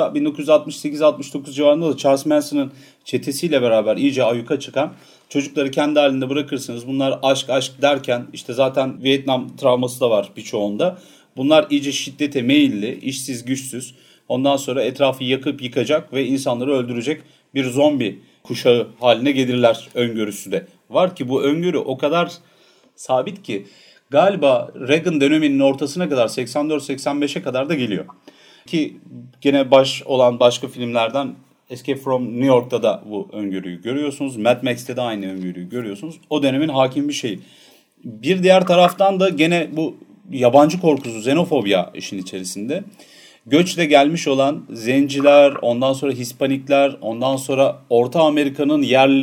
1968-69 civarında da Charles Manson'ın çetesiyle beraber iyice ayyuka çıkan, çocukları kendi halinde bırakırsınız, bunlar aşk derken işte zaten Vietnam travması da var birçoğunda. Bunlar iyice şiddete meyilli, işsiz güçsüz, ondan sonra etrafı yakıp yıkacak ve insanları öldürecek bir zombi kuşağı haline gelirler öngörüsü de var ki bu öngörü o kadar sabit ki galiba Reagan döneminin ortasına kadar 84-85'e kadar da geliyor. Ki gene baş olan başka filmlerden Escape from New York'ta da bu öngörüyü görüyorsunuz. Mad Max'te de aynı öngörüyü görüyorsunuz. O dönemin hakim bir şeyi. Bir diğer taraftan da gene bu yabancı korkusu, xenofobya işin içerisinde. Göçle gelmiş olan zenciler, ondan sonra Hispanikler, ondan sonra Orta Amerika'nın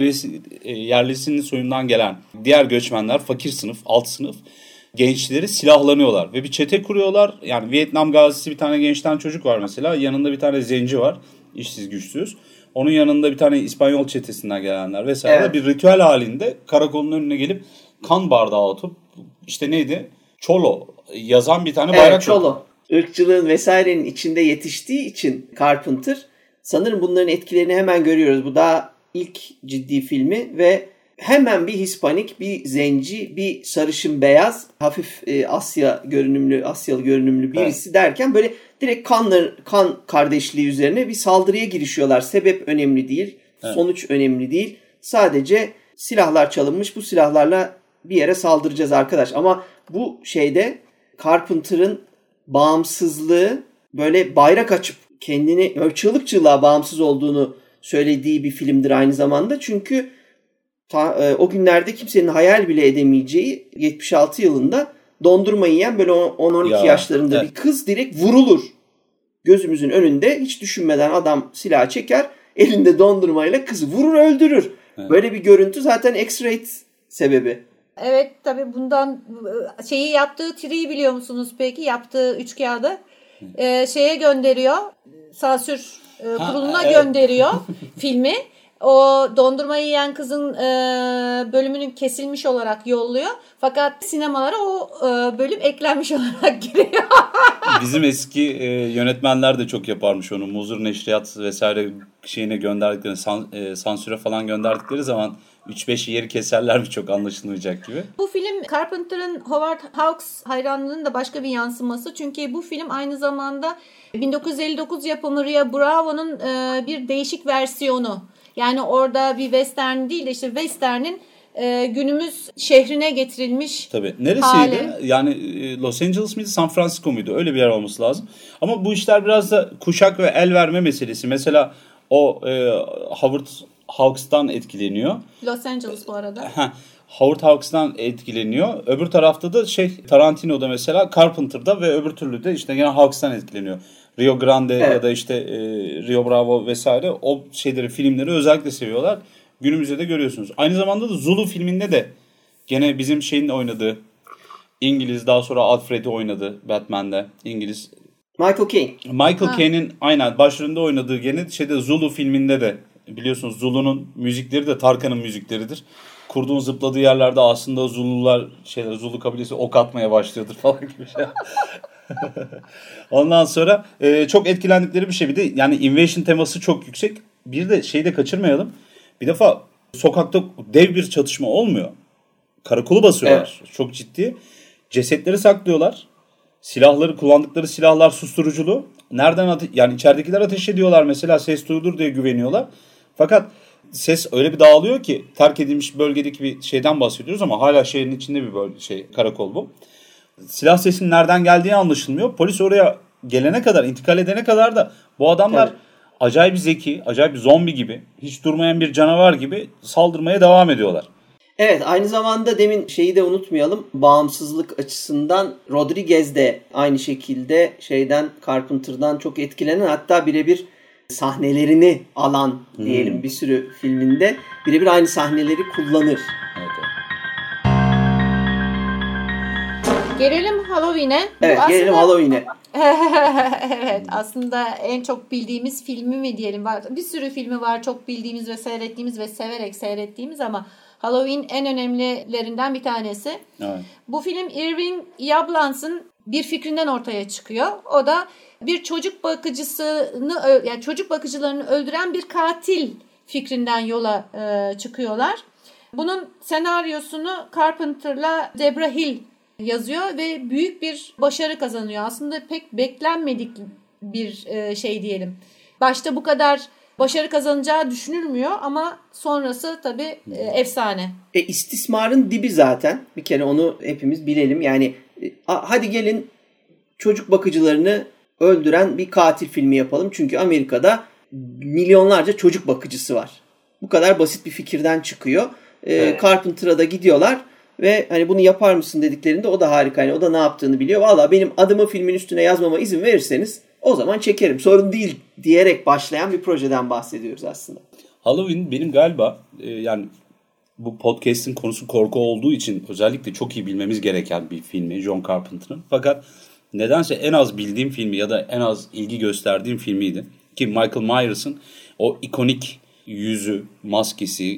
yerlisinin soyundan gelen diğer göçmenler, fakir sınıf, alt sınıf gençleri silahlanıyorlar ve bir çete kuruyorlar. Yani Vietnam gazisi bir tane gençten çocuk var mesela. Yanında bir tane zenci var, işsiz güçsüz. Onun yanında bir tane İspanyol çetesinden gelenler vesaire. Evet. Bir ritüel halinde karakolun önüne gelip kan bardağı atıp işte neydi? Çolo yazan bir tane bayrak. Evet, Çolo. Irkçılığın vesairenin içinde yetiştiği için Carpenter sanırım bunların etkilerini hemen görüyoruz. Bu daha ilk ciddi filmi ve hemen bir Hispanik, bir zenci, bir sarışın beyaz, hafif Asyalı görünümlü birisi evet. Derken böyle direkt kan kardeşliği üzerine bir saldırıya girişiyorlar. Sebep önemli değil, evet. Sonuç önemli değil. Sadece silahlar çalınmış, bu silahlarla bir yere saldıracağız arkadaş. Ama bu şeyde Carpenter'ın bağımsızlığı, böyle bayrak açıp kendini çığlık çığlığa bağımsız olduğunu söylediği bir filmdir aynı zamanda. Çünkü o günlerde kimsenin hayal bile edemeyeceği 76 yılında dondurma yiyen böyle 10-12 yaşlarında evet. Bir kız direkt vurulur. Gözümüzün önünde hiç düşünmeden adam silah çeker, elinde dondurmayla kızı vurur, öldürür. Evet. Böyle bir görüntü zaten X-Rated sebebi. Evet, tabii bundan yaptığı triyi biliyor musunuz peki? Yaptığı üç kağıdı şeye gönderiyor. Sansür kuruluna gönderiyor filmi. O dondurmayı yiyen kızın bölümünün kesilmiş olarak yolluyor. Fakat sinemalara o bölüm eklenmiş olarak giriyor. Bizim eski yönetmenler de çok yaparmış onu. Muzur Neşriyat vesaire şeyine gönderdikleri, sansüre falan gönderdikleri zaman 3-5 yeri keserler mi çok anlaşılmayacak gibi. Bu film Carpenter'ın Howard Hawks hayranlığının da başka bir yansıması. Çünkü bu film aynı zamanda 1959 yapımı Rio Bravo'nun bir değişik versiyonu. Yani orada bir western değil de işte western'in günümüz şehrine getirilmiş tabii. Neresiydi? Hali. Yani Los Angeles mıydı, San Francisco muydu? Öyle bir yer olması lazım. Ama bu işler biraz da kuşak ve el verme meselesi. Mesela o Howard Hawks'tan etkileniyor. Los Angeles bu arada. Howard Hawks'tan etkileniyor. Öbür tarafta da Tarantino'da mesela, Carpenter'da ve öbür türlü de işte yine Hawks'tan etkileniyor. Rio Grande evet. Ya da işte Rio Bravo vesaire o filmleri özellikle seviyorlar. günümüzde de görüyorsunuz. Aynı zamanda da Zulu filminde de gene bizim şeyin oynadığı İngiliz, daha sonra Alfred'i oynadı Batman'de. İngiliz Michael Caine. Michael Caine'in aynen başrolünde oynadığı gene Zulu filminde de biliyorsunuz Zulu'nun müzikleri de Tarkan'ın müzikleridir. Kurduğun zıpladığı yerlerde aslında Zulular Zulu kabilesi ok atmaya başlıyordur falan gibi şey. Ondan sonra çok etkilendikleri bir şey. Bir de yani invasion teması çok yüksek. Bir de şeyi de kaçırmayalım. Bir defa sokakta dev bir çatışma olmuyor. Karakolu basıyorlar. Evet. Çok ciddi. Cesetleri saklıyorlar. Kullandıkları silahlar susturuculu. Nereden yani içeridekiler ateş ediyorlar mesela, ses duyulur diye güveniyorlar. Fakat ses öyle bir dağılıyor ki terk edilmiş bölgedeki bir şeyden bahsediyoruz ama hala şehrin içinde bir karakol bu. Silah sesinin nereden geldiği anlaşılmıyor. Polis oraya gelene kadar, intikal edene kadar da bu adamlar acayip zeki, acayip zombi gibi, hiç durmayan bir canavar gibi saldırmaya devam ediyorlar. Evet, aynı zamanda demin şeyi de unutmayalım. Bağımsızlık açısından Rodriguez de aynı şekilde Carpenter'dan çok etkilenen, hatta birebir sahnelerini alan diyelim bir sürü filminde birebir aynı sahneleri kullanır. Evet. Gelelim Halloween'e. Evet, gelelim Halloween'e. Evet, aslında en çok bildiğimiz filmi mi diyelim. Bir sürü filmi var çok bildiğimiz ve seyrettiğimiz ve severek seyrettiğimiz ama Halloween en önemlilerinden bir tanesi. Evet. Bu film Irving Yablans'ın bir fikrinden ortaya çıkıyor. O da bir çocuk bakıcılarını öldüren bir katil fikrinden yola çıkıyorlar. Bunun senaryosunu Carpenter'la Debra Hill yazıyor ve büyük bir başarı kazanıyor. Aslında pek beklenmedik bir şey diyelim. Başta bu kadar başarı kazanacağı düşünülmüyor ama sonrası tabii efsane. İstismarın dibi zaten. Bir kere onu hepimiz bilelim. Yani hadi gelin çocuk bakıcılarını öldüren bir katil filmi yapalım. Çünkü Amerika'da milyonlarca çocuk bakıcısı var. Bu kadar basit bir fikirden çıkıyor. Carpenter'a da gidiyorlar ve hani bunu yapar mısın dediklerinde o da harika. Yani o da ne yaptığını biliyor. Valla benim adımı filmin üstüne yazmama izin verirseniz o zaman çekerim, sorun değil diyerek başlayan bir projeden bahsediyoruz aslında. Halloween benim galiba yani bu podcast'in konusu korku olduğu için özellikle çok iyi bilmemiz gereken bir filmi John Carpenter'ın. Fakat nedense en az bildiğim filmi ya da en az ilgi gösterdiğim filmiydi. Ki Michael Myers'ın o ikonik yüzü, maskesi,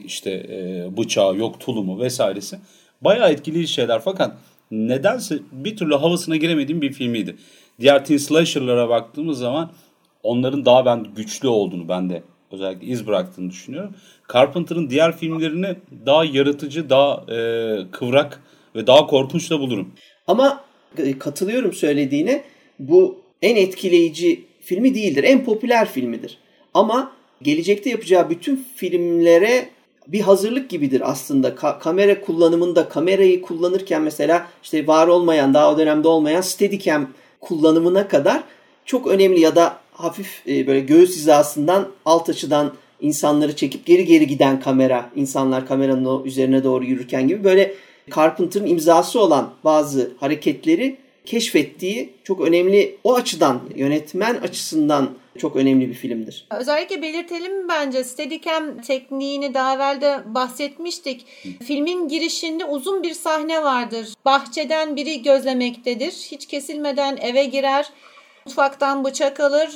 bıçağı, yok tulumu vesairesi bayağı etkili şeyler. Fakat nedense bir türlü havasına giremediğim bir filmiydi. Diğer teen slasher'lara baktığımız zaman onların daha ben güçlü olduğunu, ben de özellikle iz bıraktığını düşünüyorum. Carpenter'ın diğer filmlerini daha yaratıcı, daha kıvrak ve daha korkunç da bulurum. Ama katılıyorum söylediğine, bu en etkileyici filmi değildir. En popüler filmidir. Ama gelecekte yapacağı bütün filmlere bir hazırlık gibidir aslında. Kamera kullanımında, kamerayı kullanırken mesela var olmayan, daha o dönemde olmayan Steadicam kullanımına kadar çok önemli, ya da hafif böyle göğüs hizasından alt açıdan insanları çekip geri geri giden kamera, insanlar kameranın o üzerine doğru yürürken gibi, böyle Carpenter'ın imzası olan bazı hareketleri keşfettiği çok önemli, o açıdan, yönetmen açısından çok önemli bir filmdir. Özellikle belirtelim bence, Steadicam tekniğini daha evvel de bahsetmiştik. Filmin girişinde uzun bir sahne vardır. Bahçeden biri gözlemektedir. Hiç kesilmeden eve girer. Mutfaktan bıçak alır,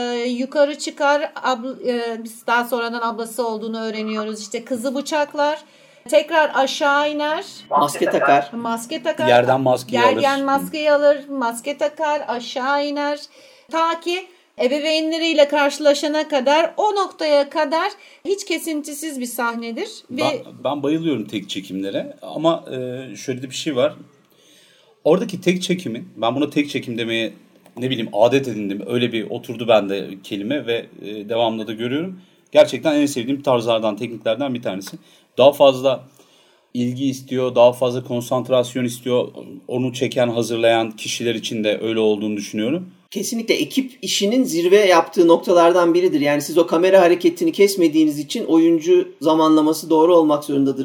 yukarı çıkar. Biz daha sonradan ablası olduğunu öğreniyoruz. Kızı bıçaklar. Tekrar aşağı iner. Maske takar. Yerden maskeyi alır. Yerden maskeyi alır. Maske takar. Aşağı iner. Ta ki ebeveynleriyle karşılaşana kadar, o noktaya kadar hiç kesintisiz bir sahnedir. Ben bayılıyorum tek çekimlere ama şöyle de bir şey var. Oradaki tek çekimin, ben buna tek çekim demeye adet edindim. Öyle bir oturdu bende kelime ve devamlı da görüyorum. Gerçekten en sevdiğim tarzlardan, tekniklerden bir tanesi. Daha fazla ilgi istiyor, daha fazla konsantrasyon istiyor. Onu çeken, hazırlayan kişiler için de öyle olduğunu düşünüyorum. Kesinlikle ekip işinin zirve yaptığı noktalardan biridir. Yani siz o kamera hareketini kesmediğiniz için oyuncu zamanlaması doğru olmak zorundadır.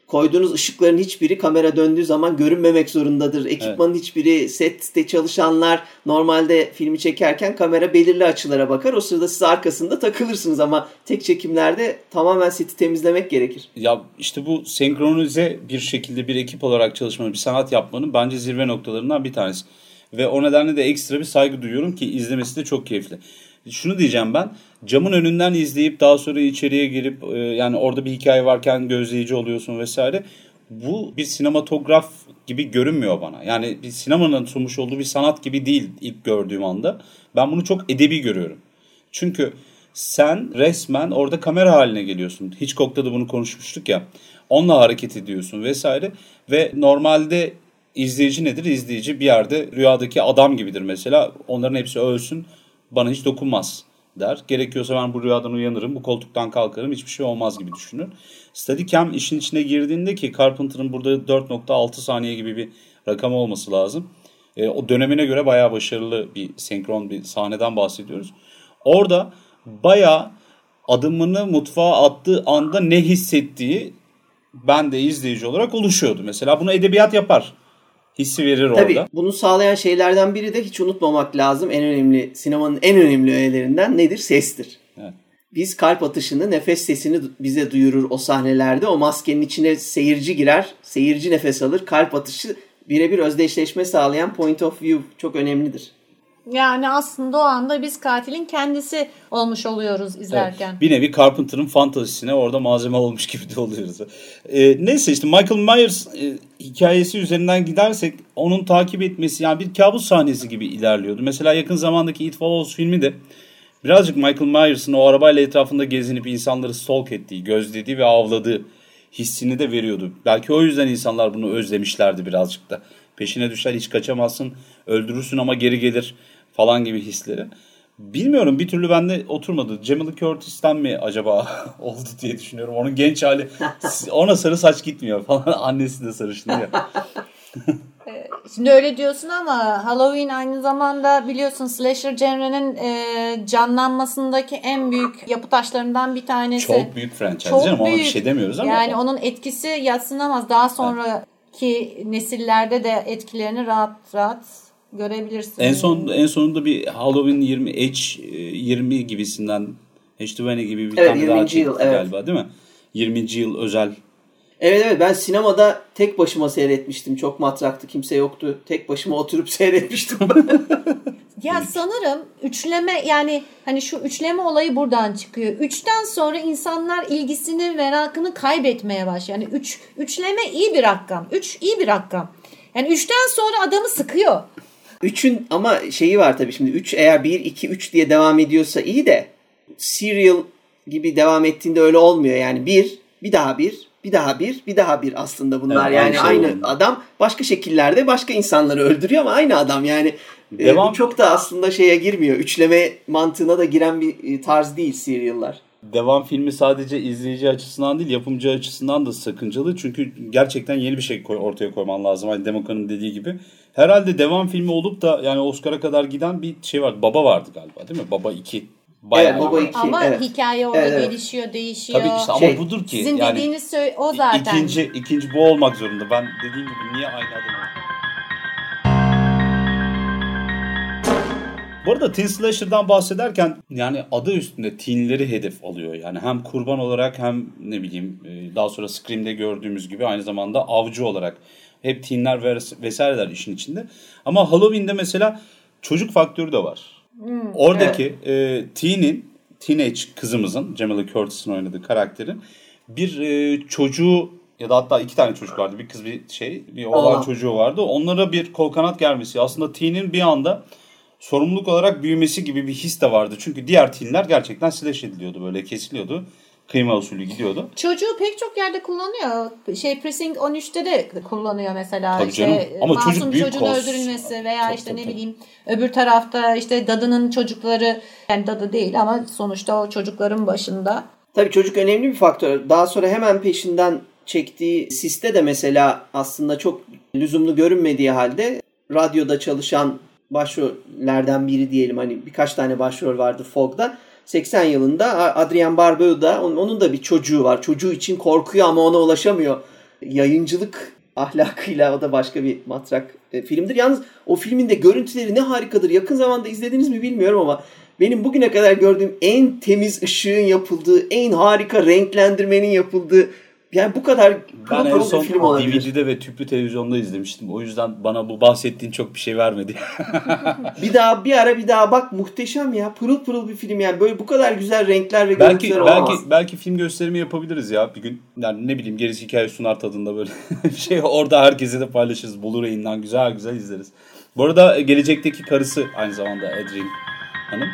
koyduğunuz ışıkların hiçbiri kamera döndüğü zaman görünmemek zorundadır. Ekipmanın hiçbiri, sette çalışanlar normalde filmi çekerken kamera belirli açılara bakar. O sırada siz arkasında takılırsınız ama tek çekimlerde tamamen seti temizlemek gerekir. Ya işte bu senkronize bir şekilde bir ekip olarak çalışmanın, bir sanat yapmanın bence zirve noktalarından bir tanesi. Ve o nedenle de ekstra bir saygı duyuyorum ki izlemesi de çok keyifli. Şunu diyeceğim ben, camın önünden izleyip daha sonra içeriye girip yani orada bir hikaye varken gözleyici oluyorsun vesaire. Bu bir sinematograf gibi görünmüyor bana. Yani bir sinemanın sunmuş olduğu bir sanat gibi değil ilk gördüğüm anda. Ben bunu çok edebi görüyorum. Çünkü sen resmen orada kamera haline geliyorsun. Hitchcock'ta da bunu konuşmuştuk ya. Onunla hareket ediyorsun vesaire. Ve normalde izleyici nedir? İzleyici bir yerde rüyadaki adam gibidir mesela. Onların hepsi ölsün, bana hiç dokunmaz der. Gerekiyorsa ben bu rüyadan uyanırım, bu koltuktan kalkarım, hiçbir şey olmaz gibi düşünür. Steadicam işin içine girdiğinde ki Carpenter'ın burada 4.6 saniye gibi bir rakam olması lazım. O dönemine göre bayağı başarılı bir senkron bir sahneden bahsediyoruz. Orada bayağı adımını mutfağa attığı anda ne hissettiği ben de izleyici olarak oluşuyordu. Mesela bunu edebiyat yapar. Hissi verir orada. Tabii bunu sağlayan şeylerden biri de hiç unutmamak lazım. En önemli, sinemanın en önemli öğelerinden nedir? Sestir. Evet. Biz kalp atışını, nefes sesini bize duyurur o sahnelerde. O maskenin içine seyirci girer, seyirci nefes alır. Kalp atışı birebir özdeşleşme sağlayan point of view çok önemlidir. Yani aslında o anda biz katilin kendisi olmuş oluyoruz izlerken. Evet. Bir nevi Carpenter'ın fantazisine orada malzeme olmuş gibi de oluyoruz. Neyse işte Michael Myers hikayesi üzerinden gidersek onun takip etmesi yani bir kabus sahnesi gibi ilerliyordu. Mesela yakın zamandaki It Follows filmi de birazcık Michael Myers'ın o arabayla etrafında gezinip insanları stalk ettiği, gözlediği ve avladığı hissini de veriyordu. Belki o yüzden insanlar bunu özlemişlerdi birazcık da. Peşine düşer, hiç kaçamazsın, öldürürsün ama geri gelir falan gibi hisleri. Bilmiyorum, bir türlü bende oturmadı. Jamie Lee Curtis'ten mi acaba oldu diye düşünüyorum. Onun genç hali, ona sarı saç gitmiyor falan. Annesi de sarışın ya. Şimdi öyle diyorsun ama Halloween aynı zamanda biliyorsun slasher genre'nin canlanmasındaki en büyük yapı taşlarından bir tanesi. Çok büyük franchise canım, ona bir şey demiyoruz ama. Yani onun etkisi yadsınamaz. Daha sonraki nesillerde de etkilerini rahat rahat görebilirsin. En sonunda bir Halloween 20 H20 gibisinden H20 gibi bir evet, tane daha çekti yıl, galiba değil mi? 20. yıl özel. Evet ben sinemada tek başıma seyretmiştim. Çok matraktı, kimse yoktu. Tek başıma oturup seyretmiştim. Ya sanırım üçleme, yani hani şu üçleme olayı buradan çıkıyor. 3'ten sonra insanlar ilgisini, merakını kaybetmeye başlıyor. Yani üçleme iyi bir rakam. 3 iyi bir rakam. Yani 3'ten sonra adamı sıkıyor. 3'ün ama şeyi var tabii, şimdi 3 eğer 1, 2, 3 diye devam ediyorsa iyi de serial gibi devam ettiğinde öyle olmuyor. Yani bir daha bir daha bir aslında bunlar. Evet, yani aynı adam başka şekillerde başka insanları öldürüyor ama aynı adam yani. Bu çok da aslında şeye girmiyor. Üçleme mantığına da giren bir tarz değil serial'lar. Devam filmi sadece izleyici açısından değil, yapımcı açısından da sakıncalı. Çünkü gerçekten yeni bir şey ortaya koyman lazım. Hani Demoka'nın dediği gibi. Herhalde devam filmi olup da yani Oscar'a kadar giden bir şey vardı. Baba vardı galiba değil mi? Baba 2. Bayağı Baba 2. Ama evet. Hikaye orada gelişiyor, değişiyor. Tabii işte ama budur ki. Sizin yani, dediğiniz o zaten. İkinci bu olmak zorunda. Ben dediğim gibi niye aynı adamı? Bu arada Teen Slasher'dan bahsederken yani adı üstünde teenleri hedef alıyor. Yani hem kurban olarak hem ne bileyim daha sonra Scream'de gördüğümüz gibi aynı zamanda avcı olarak. Hep teenler vesaireler işin içinde. Ama Halloween'de mesela çocuk faktörü de var. Oradaki teenage kızımızın, Jamie Lee Curtis'in oynadığı karakterin bir çocuğu ya da hatta 2 tane çocuk vardı. Bir kız bir oğlan çocuğu vardı. Onlara bir kol kanat germesi. Aslında teen'in bir anda sorumluluk olarak büyümesi gibi bir his de vardı. Çünkü diğer teenler gerçekten slash ediliyordu, böyle kesiliyordu. Kıyma usulü gidiyordu. Çocuğu pek çok yerde kullanıyor. Precinct 13'te de kullanıyor mesela. Tabii canım. Ama masum çocuğun öldürülmesi veya tabii. Bileyim öbür tarafta işte dadının çocukları, yani dadı değil ama sonuçta o çocukların başında. Tabii çocuk önemli bir faktör. Daha sonra hemen peşinden çektiği Sis'te de mesela aslında çok lüzumlu görünmediği halde radyoda çalışan başrollerden biri diyelim, hani birkaç tane başrol vardı Fog'da. 80 yılında Adrian Barbeau'da onun da bir çocuğu var. Çocuğu için korkuyor ama ona ulaşamıyor. yayıncılık ahlakıyla o da başka bir matrak filmdir. Yalnız o filmin de görüntüleri ne harikadır. Yakın zamanda izlediniz mi bilmiyorum ama benim bugüne kadar gördüğüm en temiz ışığın yapıldığı, en harika renklendirmenin yapıldığı, yani bu kadar ben en son film olabilir. DVD'de ve tüplü televizyonda izlemiştim. O yüzden bana bu bahsettiğin çok bir şey vermedi. bir daha bak, muhteşem ya. Pırıl pırıl bir film yani. Böyle bu kadar güzel renkler ve görüntüler olamaz. Belki film gösterimi yapabiliriz ya bir gün. Yani ne bileyim, gerisi hikaye sunar tadında böyle şey, orada herkese de paylaşırız. Blu-ray'inden güzel güzel izleriz. Bu arada gelecekteki karısı aynı zamanda Adrienne Hanım.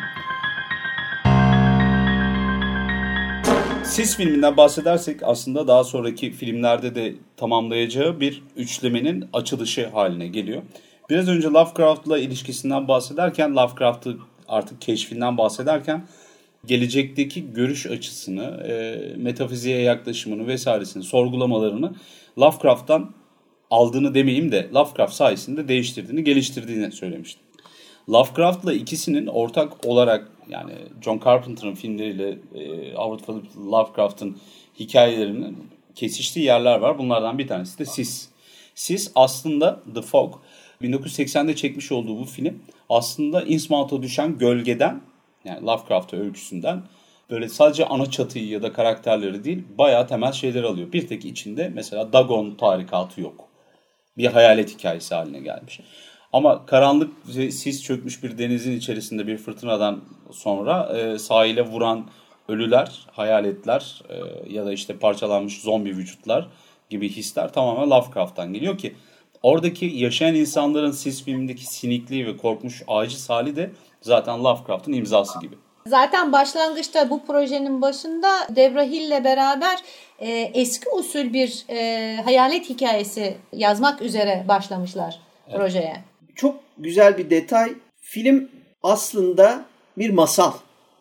Sis filminden bahsedersek aslında daha sonraki filmlerde de tamamlayacağı bir üçlemenin açılışı haline geliyor. Biraz önce Lovecraft'la ilişkisinden bahsederken, Lovecraft'ı artık keşfinden bahsederken gelecekteki görüş açısını, metafiziğe yaklaşımını vesairesini, sorgulamalarını Lovecraft'tan aldığını demeyeyim de Lovecraft sayesinde değiştirdiğini, geliştirdiğini söylemiştim. Lovecraft'la ikisinin ortak olarak, yani John Carpenter'ın filmleriyle Howard Phillips Lovecraft'ın hikayelerinin kesiştiği yerler var. Bunlardan bir tanesi de Sis. Sis aslında The Fog. 1980'de çekmiş olduğu bu film aslında Innsmouth'a düşen gölgeden, yani Lovecraft öyküsünden böyle sadece ana çatıyı ya da karakterleri değil, bayağı temel şeyler alıyor. Bir tek içinde mesela Dagon tarikatı yok. Bir hayalet hikayesi haline gelmiş. Ama karanlık ve sis çökmüş bir denizin içerisinde bir fırtınadan sonra sahile vuran ölüler, hayaletler ya da işte parçalanmış zombi vücutlar gibi hisler tamamen Lovecraft'tan geliyor ki oradaki yaşayan insanların Sis filmindeki sinikliği ve korkmuş aciz hali de zaten Lovecraft'ın imzası gibi. Zaten başlangıçta bu projenin başında Debra Hill'le beraber eski usul bir hayalet hikayesi yazmak üzere başlamışlar projeye. Çok güzel bir detay. Film aslında bir masal.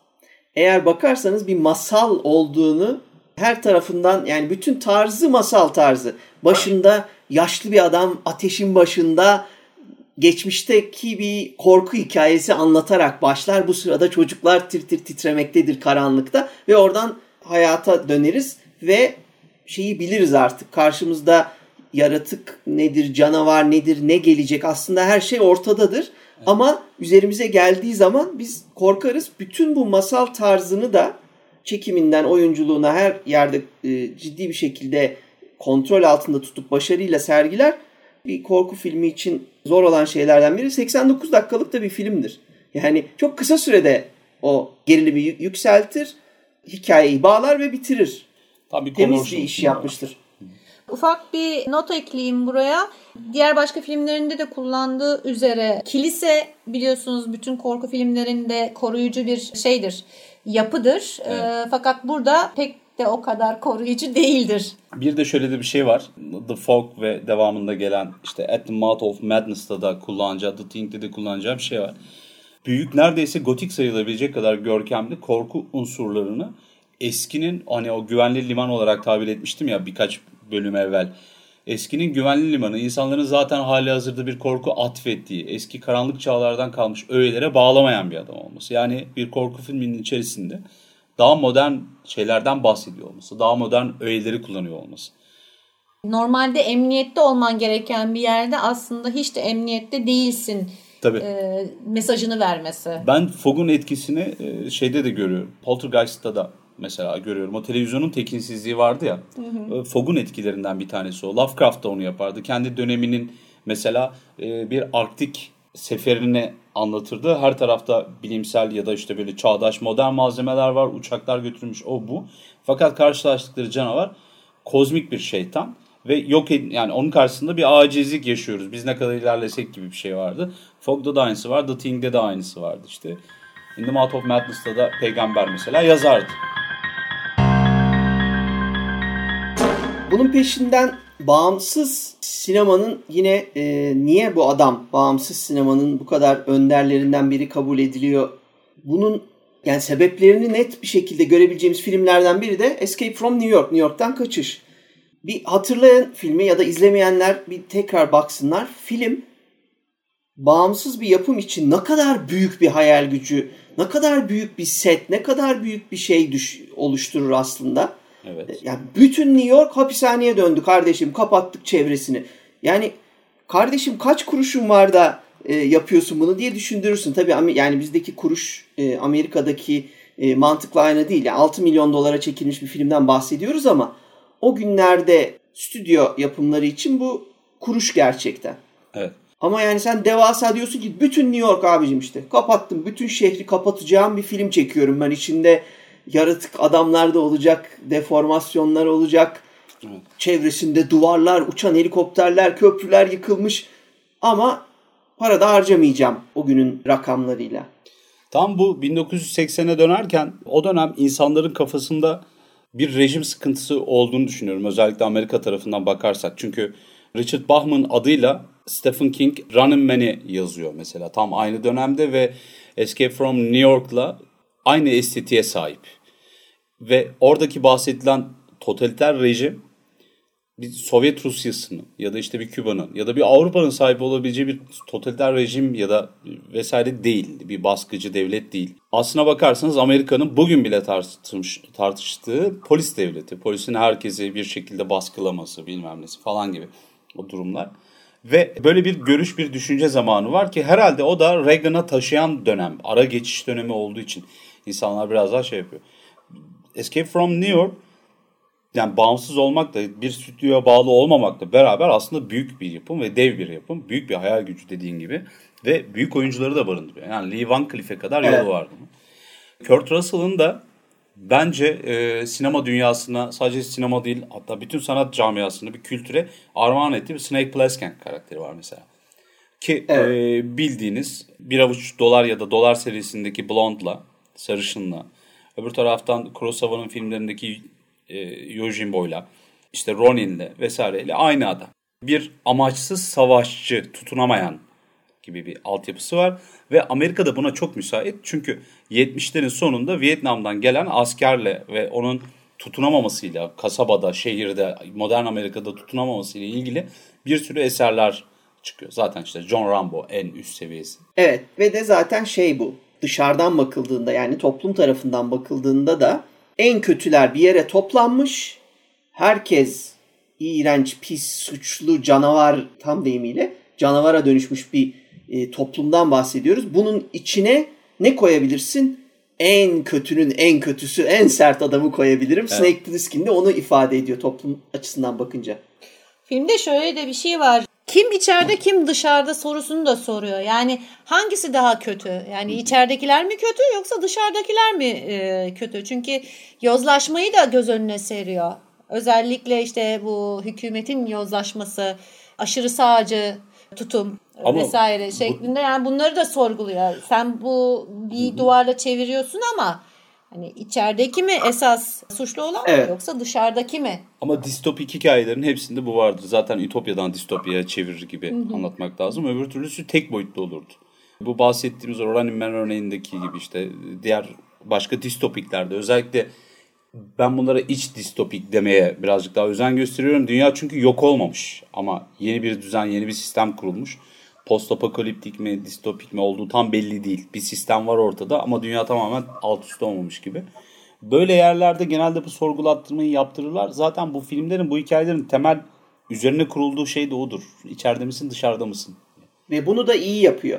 Eğer bakarsanız bir masal olduğunu her tarafından, yani bütün tarzı masal tarzı. Başında yaşlı bir adam ateşin başında geçmişteki bir korku hikayesi anlatarak başlar. Bu sırada çocuklar tir tir titremektedir karanlıkta ve oradan hayata döneriz ve şeyi biliriz artık. Karşımızda yaratık nedir, canavar nedir, ne gelecek, aslında her şey ortadadır. Evet. Ama üzerimize geldiği zaman biz korkarız. Bütün bu masal tarzını da çekiminden oyunculuğuna her yerde ciddi bir şekilde kontrol altında tutup başarıyla sergiler. Bir korku filmi için zor olan şeylerden biri. 89 dakikalık da bir filmdir. Yani çok kısa sürede o gerilimi yükseltir, hikayeyi bağlar ve bitirir. Tabii temiz bir iş yapmıştır. Ufak bir not ekleyeyim buraya. Diğer başka filmlerinde de kullandığı üzere kilise, biliyorsunuz bütün korku filmlerinde koruyucu bir şeydir, yapıdır. Evet. Fakat burada pek de o kadar koruyucu değildir. Bir de şöyle de bir şey var. The Fog ve devamında gelen işte At the Mouth of Madness'ta da kullanacağı, The Thing'de de kullanacağı bir şey var. Büyük, neredeyse gotik sayılabilecek kadar görkemli korku unsurlarını eskinin, hani o güvenli liman olarak tabir etmiştim ya birkaç bölüm evvel. Eskinin güvenli limanı, insanların zaten hali hazırda bir korku atfettiği, eski karanlık çağlardan kalmış öğelere bağlamayan bir adam olması. Yani bir korku filminin içerisinde daha modern şeylerden bahsediyor olması, daha modern öğeleri kullanıyor olması. Normalde emniyette olman gereken bir yerde aslında hiç de emniyette değilsin. Tabii. Mesajını vermesi. Ben Fogg'un etkisini şeyde de görüyorum. Poltergeist'ta da mesela görüyorum. O televizyonun tekinsizliği vardı ya. Fogg'un etkilerinden bir tanesi o. Lovecraft da onu yapardı. Kendi döneminin mesela bir Arktik seferini anlatırdı. Her tarafta bilimsel ya da işte böyle çağdaş modern malzemeler var. Uçaklar götürmüş, o bu. Fakat karşılaştıkları canavar kozmik bir şeytan. Ve yani onun karşısında bir acizlik yaşıyoruz. Biz ne kadar ilerlesek gibi bir şey vardı. Fogg'da da aynısı var. The Thing'de de aynısı vardı işte. In the Mouth of Madness'ta da peygamber mesela yazardı. Bunun peşinden bağımsız sinemanın yine niye bu adam bağımsız sinemanın bu kadar önderlerinden biri kabul ediliyor? Bunun yani sebeplerini net bir şekilde görebileceğimiz filmlerden biri de Escape from New York, New York'tan Kaçış. Bir hatırlayan filmi ya da izlemeyenler bir tekrar baksınlar. Film bağımsız bir yapım için ne kadar büyük bir hayal gücü, ne kadar büyük bir set, ne kadar büyük bir şey oluşturur aslında. Evet. Yani bütün New York hapishaneye döndü kardeşim. Kapattık çevresini. Yani kardeşim kaç kuruşun var da yapıyorsun bunu diye düşündürürsün. Tabii yani bizdeki kuruş Amerika'daki mantıkla aynı değil. Yani 6 milyon dolara çekilmiş bir filmden bahsediyoruz ama o günlerde stüdyo yapımları için bu kuruş gerçekten. Evet. Ama yani sen devasa diyorsun ki bütün New York abicim işte kapattım. Bütün şehri kapatacağım bir film çekiyorum ben. İçinde yaratık adamlar da olacak, deformasyonlar olacak. Evet. Çevresinde duvarlar, uçan helikopterler, köprüler yıkılmış. Ama para da harcamayacağım o günün rakamlarıyla. Tam bu 1980'e dönerken o dönem insanların kafasında bir rejim sıkıntısı olduğunu düşünüyorum. Özellikle Amerika tarafından bakarsak. Çünkü Richard Bachman adıyla Stephen King Running Man'i yazıyor mesela. Tam aynı dönemde ve Escape from New York'la aynı estetiğe sahip. Ve oradaki bahsedilen totaliter rejim bir Sovyet Rusyası'nın ya da işte bir Küba'nın ya da bir Avrupa'nın sahip olabileceği bir totaliter rejim ya da vesaire değil. Bir baskıcı devlet değil. Aslına bakarsanız Amerika'nın bugün bile tartıştığı polis devleti. Polisin herkesi bir şekilde baskılaması bilmem nesi falan gibi o durumlar. Ve böyle bir görüş, bir düşünce zamanı var ki herhalde o da Reagan'a taşıyan dönem. Ara geçiş dönemi olduğu için insanlar biraz daha şey yapıyor. Escape from New York yani bağımsız olmakla bir stüdyoya bağlı olmamakla beraber aslında büyük bir yapım ve dev bir yapım. Büyük bir hayal gücü dediğin gibi ve büyük oyuncuları da barındırıyor. Yani Lee Van Cleef'e kadar yolu vardı. Kurt Russell'ın da bence sinema dünyasına sadece sinema değil hatta bütün sanat camiasını bir kültüre armağan ettiği bir Snake Plissken karakteri var mesela. Ki bildiğiniz bir avuç dolar ya da dolar serisindeki Blonde'la, sarışınla öbür taraftan Kurosawa'nın filmlerindeki Yojimbo'yla, işte Ronin'le vesaireyle aynı adam. Bir amaçsız savaşçı, tutunamayan gibi bir altyapısı var. Ve Amerika da buna çok müsait. Çünkü 70'lerin sonunda Vietnam'dan gelen askerle ve onun tutunamamasıyla, kasabada, şehirde, modern Amerika'da tutunamamasıyla ilgili bir sürü eserler çıkıyor. Zaten işte John Rambo en üst seviyesi. Evet ve de zaten bu. Dışarıdan bakıldığında yani toplum tarafından bakıldığında da en kötüler bir yere toplanmış. Herkes iğrenç, pis, suçlu, canavar tam deyimiyle canavara dönüşmüş bir toplumdan bahsediyoruz. Bunun içine ne koyabilirsin? En kötünün en kötüsü, en sert adamı koyabilirim. Evet. Snake Plissken de onu ifade ediyor toplum açısından bakınca. Filmde şöyle de bir şey var. Kim içeride kim dışarıda sorusunu da soruyor. Yani hangisi daha kötü? Yani içeridekiler mi kötü yoksa dışarıdakiler mi kötü? Çünkü yozlaşmayı da göz önüne seriyor. Özellikle işte bu hükümetin yozlaşması, aşırı sağcı tutum vesaire şeklinde. Yani bunları da sorguluyor. Sen bu bir duvarla çeviriyorsun ama hani içerideki mi esas suçlu olan yoksa dışarıdaki mi? Ama distopik hikayelerin hepsinde bu vardır. Zaten Ütopya'dan distopya'ya çevirir gibi anlatmak lazım. Öbür türlüsü tek boyutlu olurdu. Bu bahsettiğimiz Running Man örneğindeki gibi işte diğer başka distopiklerde özellikle ben bunlara iç distopik demeye birazcık daha özen gösteriyorum. Dünya çünkü yok olmamış ama yeni bir düzen, yeni bir sistem kurulmuş. Postapokaliptik mi, distopik mi olduğu tam belli değil. Bir sistem var ortada ama dünya tamamen alt üst olmamış gibi. Böyle yerlerde genelde bu sorgulattırmayı yaptırırlar. Zaten bu filmlerin, bu hikayelerin temel üzerine kurulduğu şey de odur. İçeride misin, dışarıda mısın? Ve bunu da iyi yapıyor.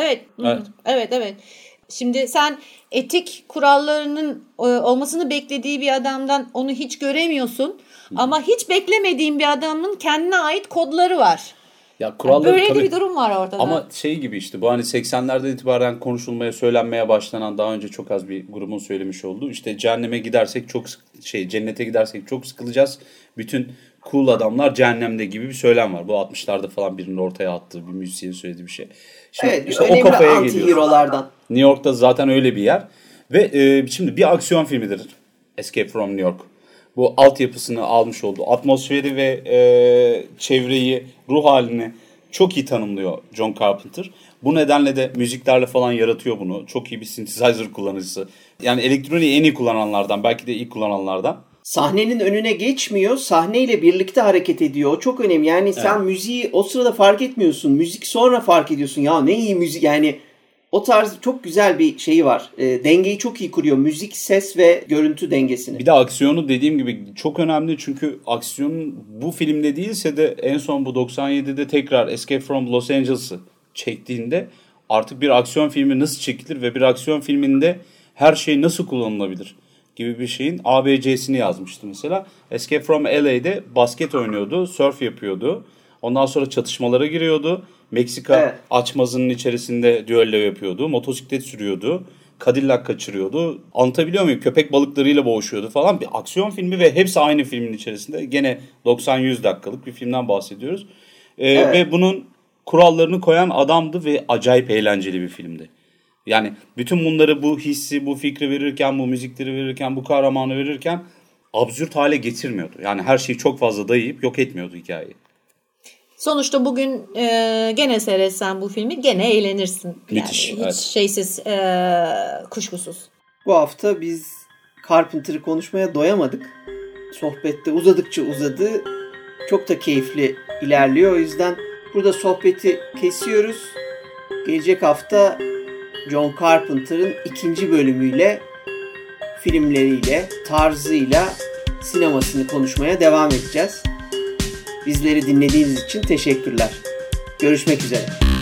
Evet. Şimdi sen etik kurallarının olmasını beklediği bir adamdan onu hiç göremiyorsun. Ama hiç beklemediğin bir adamın kendine ait kodları var. Ya kuralları, böyle bir durum var ortada. Ama gibi işte bu hani 80'lerden itibaren konuşulmaya, söylenmeye başlanan daha önce çok az bir grubun söylemiş olduğu işte cehenneme gidersek cennete gidersek çok sıkılacağız. Bütün cool adamlar cehennemde gibi bir söylem var. Bu 60'larda falan birinin ortaya attığı bir müzisyenin söylediği bir şey. Şimdi işte o kafaya geliyor. New York'ta zaten öyle bir yer. Ve şimdi bir aksiyon filmidir Escape from New York. Bu altyapısını almış olduğu atmosferi ve çevreyi, ruh halini çok iyi tanımlıyor John Carpenter. Bu nedenle de müziklerle falan yaratıyor bunu. Çok iyi bir synthesizer kullanıcısı. Yani elektroniği en iyi kullananlardan, belki de ilk kullananlardan. Sahnenin önüne geçmiyor, sahneyle birlikte hareket ediyor. O çok önemli. Yani sen müziği o sırada fark etmiyorsun. Müzik sonra fark ediyorsun. Ya ne iyi müzik yani. O tarz çok güzel bir şeyi var. Dengeyi çok iyi kuruyor. Müzik, ses ve görüntü dengesini. Bir de aksiyonu dediğim gibi çok önemli. Çünkü aksiyon bu filmde değilse de en son bu 97'de tekrar Escape from Los Angeles'ı çektiğinde artık bir aksiyon filmi nasıl çekilir ve bir aksiyon filminde her şey nasıl kullanılabilir gibi bir şeyin ABC'sini yazmıştı mesela. Escape from LA'de basket oynuyordu, surf yapıyordu. Ondan sonra çatışmalara giriyordu. Meksika açmazının içerisinde düello yapıyordu. Motosiklet sürüyordu. Cadillac kaçırıyordu. Anlatabiliyor muyum? Köpek balıklarıyla boğuşuyordu falan. Bir aksiyon filmi ve hepsi aynı filmin içerisinde. Gene 90-100 dakikalık bir filmden bahsediyoruz. Ve bunun kurallarını koyan adamdı ve acayip eğlenceli bir filmdi. Yani bütün bunları, bu hissi, bu fikri verirken, bu müzikleri verirken, bu kahramanı verirken absürt hale getirmiyordu. Yani her şeyi çok fazla dayayıp yok etmiyordu hikayeyi. Sonuçta bugün gene seyretsen bu filmi gene eğlenirsin. Müthiş. Yani hiç şeysiz, kuşkusuz. Bu hafta biz Carpenter'ı konuşmaya doyamadık. Sohbette uzadıkça uzadı. Çok da keyifli ilerliyor. O yüzden burada sohbeti kesiyoruz. Gelecek hafta John Carpenter'ın 2. bölümüyle, filmleriyle, tarzıyla sinemasını konuşmaya devam edeceğiz. Bizleri dinlediğiniz için teşekkürler. Görüşmek üzere.